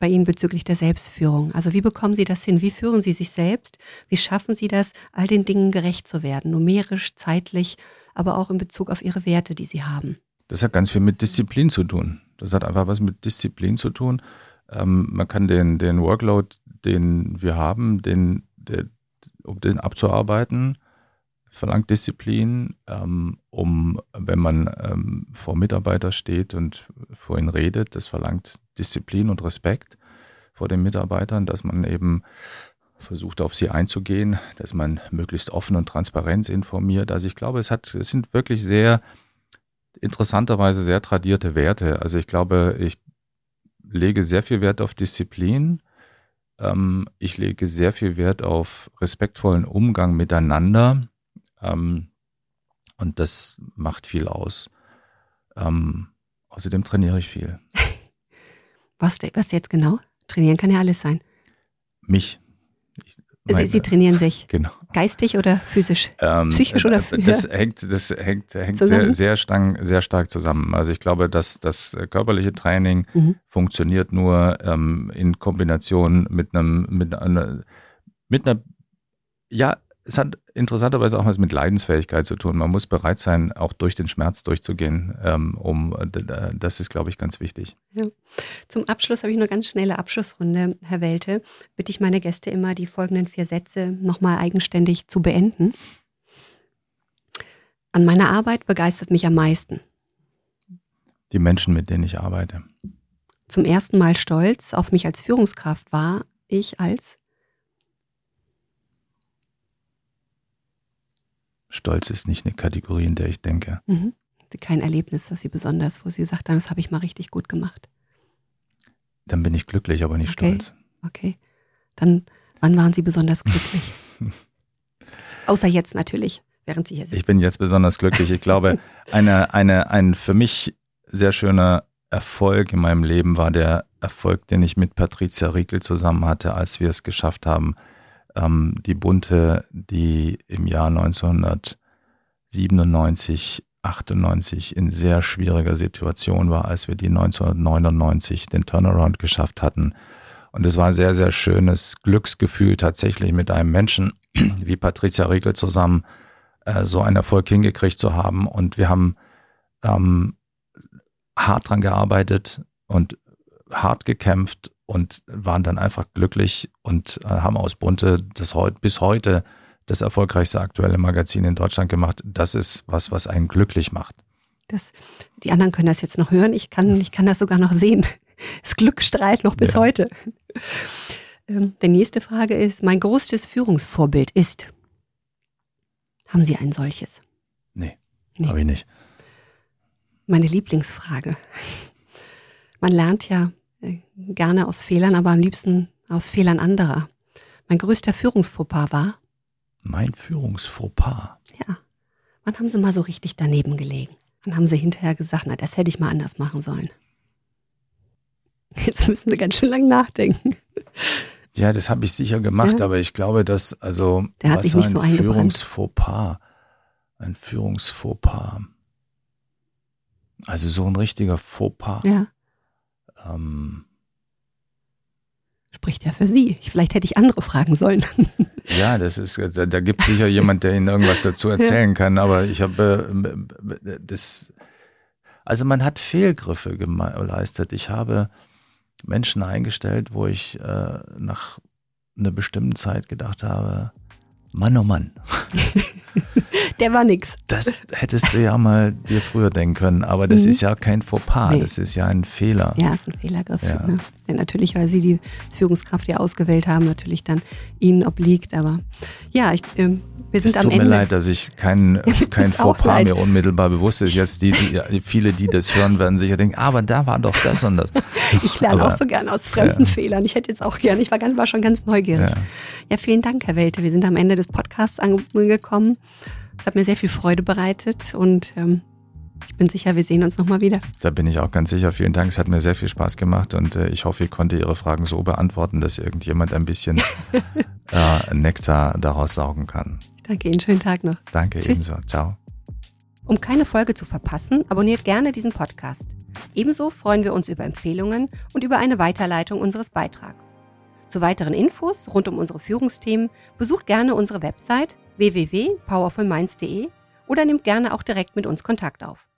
bei Ihnen bezüglich der Selbstführung? Also wie bekommen Sie das hin? Wie führen Sie sich selbst? Wie schaffen Sie das, all den Dingen gerecht zu werden? Numerisch, zeitlich, aber auch in Bezug auf Ihre Werte, die Sie haben. Das hat ganz viel mit Disziplin zu tun. Das hat einfach was mit Disziplin zu tun. Ähm, man kann den, den Workload, den wir haben, den, der, um den abzuarbeiten, verlangt Disziplin, ähm, um, wenn man ähm, vor Mitarbeiter steht und vor ihnen redet, das verlangt Disziplin und Respekt vor den Mitarbeitern, dass man eben versucht, auf sie einzugehen, dass man möglichst offen und transparent informiert. Also ich glaube, es hat, es sind wirklich sehr, interessanterweise sehr tradierte Werte. Also ich glaube, ich lege sehr viel Wert auf Disziplin. Ähm, ich lege sehr viel Wert auf respektvollen Umgang miteinander. Ähm, und das macht viel aus. Ähm, außerdem trainiere ich viel. Was, was jetzt genau? Trainieren kann ja alles sein. Mich. Ich, meine, Sie trainieren sich. Genau. Geistig oder physisch? Ähm, Psychisch oder physisch? Das hängt, das hängt, hängt sehr, sehr, stark, sehr stark zusammen. Also ich glaube, dass das körperliche Training mhm. funktioniert nur ähm, in Kombination mit einem, mit einer, mit einer, ja, es hat interessanterweise auch was mit Leidensfähigkeit zu tun. Man muss bereit sein, auch durch den Schmerz durchzugehen. Ähm, um, das ist, glaube ich, ganz wichtig. Ja. Zum Abschluss habe ich eine ganz schnelle Abschlussrunde, Herr Welte. Bitte ich meine Gäste immer, die folgenden vier Sätze nochmal eigenständig zu beenden. An meiner Arbeit begeistert mich am meisten. Die Menschen, mit denen ich arbeite. Zum ersten Mal stolz auf mich als Führungskraft war ich als Stolz ist nicht eine Kategorie, in der ich denke. Mhm. Kein Erlebnis, das Sie besonders, wo Sie gesagt haben, das habe ich mal richtig gut gemacht. Dann bin ich glücklich, aber nicht okay. stolz. Okay. Dann, wann waren Sie besonders glücklich? Außer jetzt natürlich, während Sie hier sitzen. Ich bin jetzt besonders glücklich. Ich glaube, eine, eine, ein für mich sehr schöner Erfolg in meinem Leben war der Erfolg, den ich mit Patricia Riegel zusammen hatte, als wir es geschafft haben, die Bunte, die im Jahr neunzehnhundertsiebenundneunzig, achtundneunzig in sehr schwieriger Situation war, als wir die neunzehnhundertneunundneunzig den Turnaround geschafft hatten. Und es war ein sehr, sehr schönes Glücksgefühl, tatsächlich mit einem Menschen wie Patricia Riegel zusammen äh, so einen Erfolg hingekriegt zu haben. Und wir haben ähm, hart dran gearbeitet und hart gekämpft und waren dann einfach glücklich und äh, haben aus Bunte das heut, bis heute das erfolgreichste aktuelle Magazin in Deutschland gemacht. Das ist was, was einen glücklich macht. Das, die anderen können das jetzt noch hören. Ich kann, ich kann das sogar noch sehen. Das Glück strahlt noch bis ja. heute. Ähm, die nächste Frage ist, mein größtes Führungsvorbild ist? Haben Sie ein solches? Nee, nee. habe ich nicht. Meine Lieblingsfrage. Man lernt ja gerne aus Fehlern, aber am liebsten aus Fehlern anderer. Mein größter Führungsfauxpas war? Mein Führungsfauxpas? Ja. Wann haben Sie mal so richtig daneben gelegen? Wann haben Sie hinterher gesagt, na, das hätte ich mal anders machen sollen? Jetzt müssen Sie ganz schön lang nachdenken. Ja, das habe ich sicher gemacht, ja. aber ich glaube, dass, also, Der hat was sich nicht ein so eingebrannt. Führungsfauxpas? Ein Führungsfauxpas. Also so ein richtiger Fauxpas. Ja. Ähm, Spricht ja für Sie. Vielleicht hätte ich andere fragen sollen. Ja, das ist, da, da gibt es sicher jemand, der Ihnen irgendwas dazu erzählen ja. kann, aber ich habe äh, das, also man hat Fehlgriffe geleistet. Ich habe Menschen eingestellt, wo ich äh, nach einer bestimmten Zeit gedacht habe, Mann, oh Mann. Der war nix. Das hättest du ja mal dir früher denken können, aber das mhm. ist ja kein Fauxpas, nee. das ist ja ein Fehler. Ja, ist ein Fehlergriff. Ja. Ne? Ja, natürlich, weil Sie die Führungskraft ja ausgewählt haben, natürlich dann Ihnen obliegt, aber ja, ich, ähm, wir sind am Ende. Es tut mir leid, dass ich kein, ja, kein Fauxpas mir unmittelbar bewusst ist. Jetzt die, die, viele, die das hören, werden sicher denken, aber da war doch das und das. Ich lerne auch so gerne aus fremden ja. Fehlern. Ich hätte jetzt auch gerne, ich war, ganz, war schon ganz neugierig. Ja. ja, vielen Dank, Herr Welte. Wir sind am Ende des Podcasts angekommen. Es hat mir sehr viel Freude bereitet und ähm, ich bin sicher, wir sehen uns nochmal wieder. Da bin ich auch ganz sicher. Vielen Dank. Es hat mir sehr viel Spaß gemacht und äh, ich hoffe, ich konnte Ihre Fragen so beantworten, dass irgendjemand ein bisschen äh, Nektar daraus saugen kann. Ich danke Ihnen. Schönen Tag noch. Danke, Tschüss. Ebenso. Ciao. Um keine Folge zu verpassen, abonniert gerne diesen Podcast. Ebenso freuen wir uns über Empfehlungen und über eine Weiterleitung unseres Beitrags. Zu weiteren Infos rund um unsere Führungsthemen besucht gerne unsere Website w w w punkt powerful minds punkt d e oder nehmt gerne auch direkt mit uns Kontakt auf.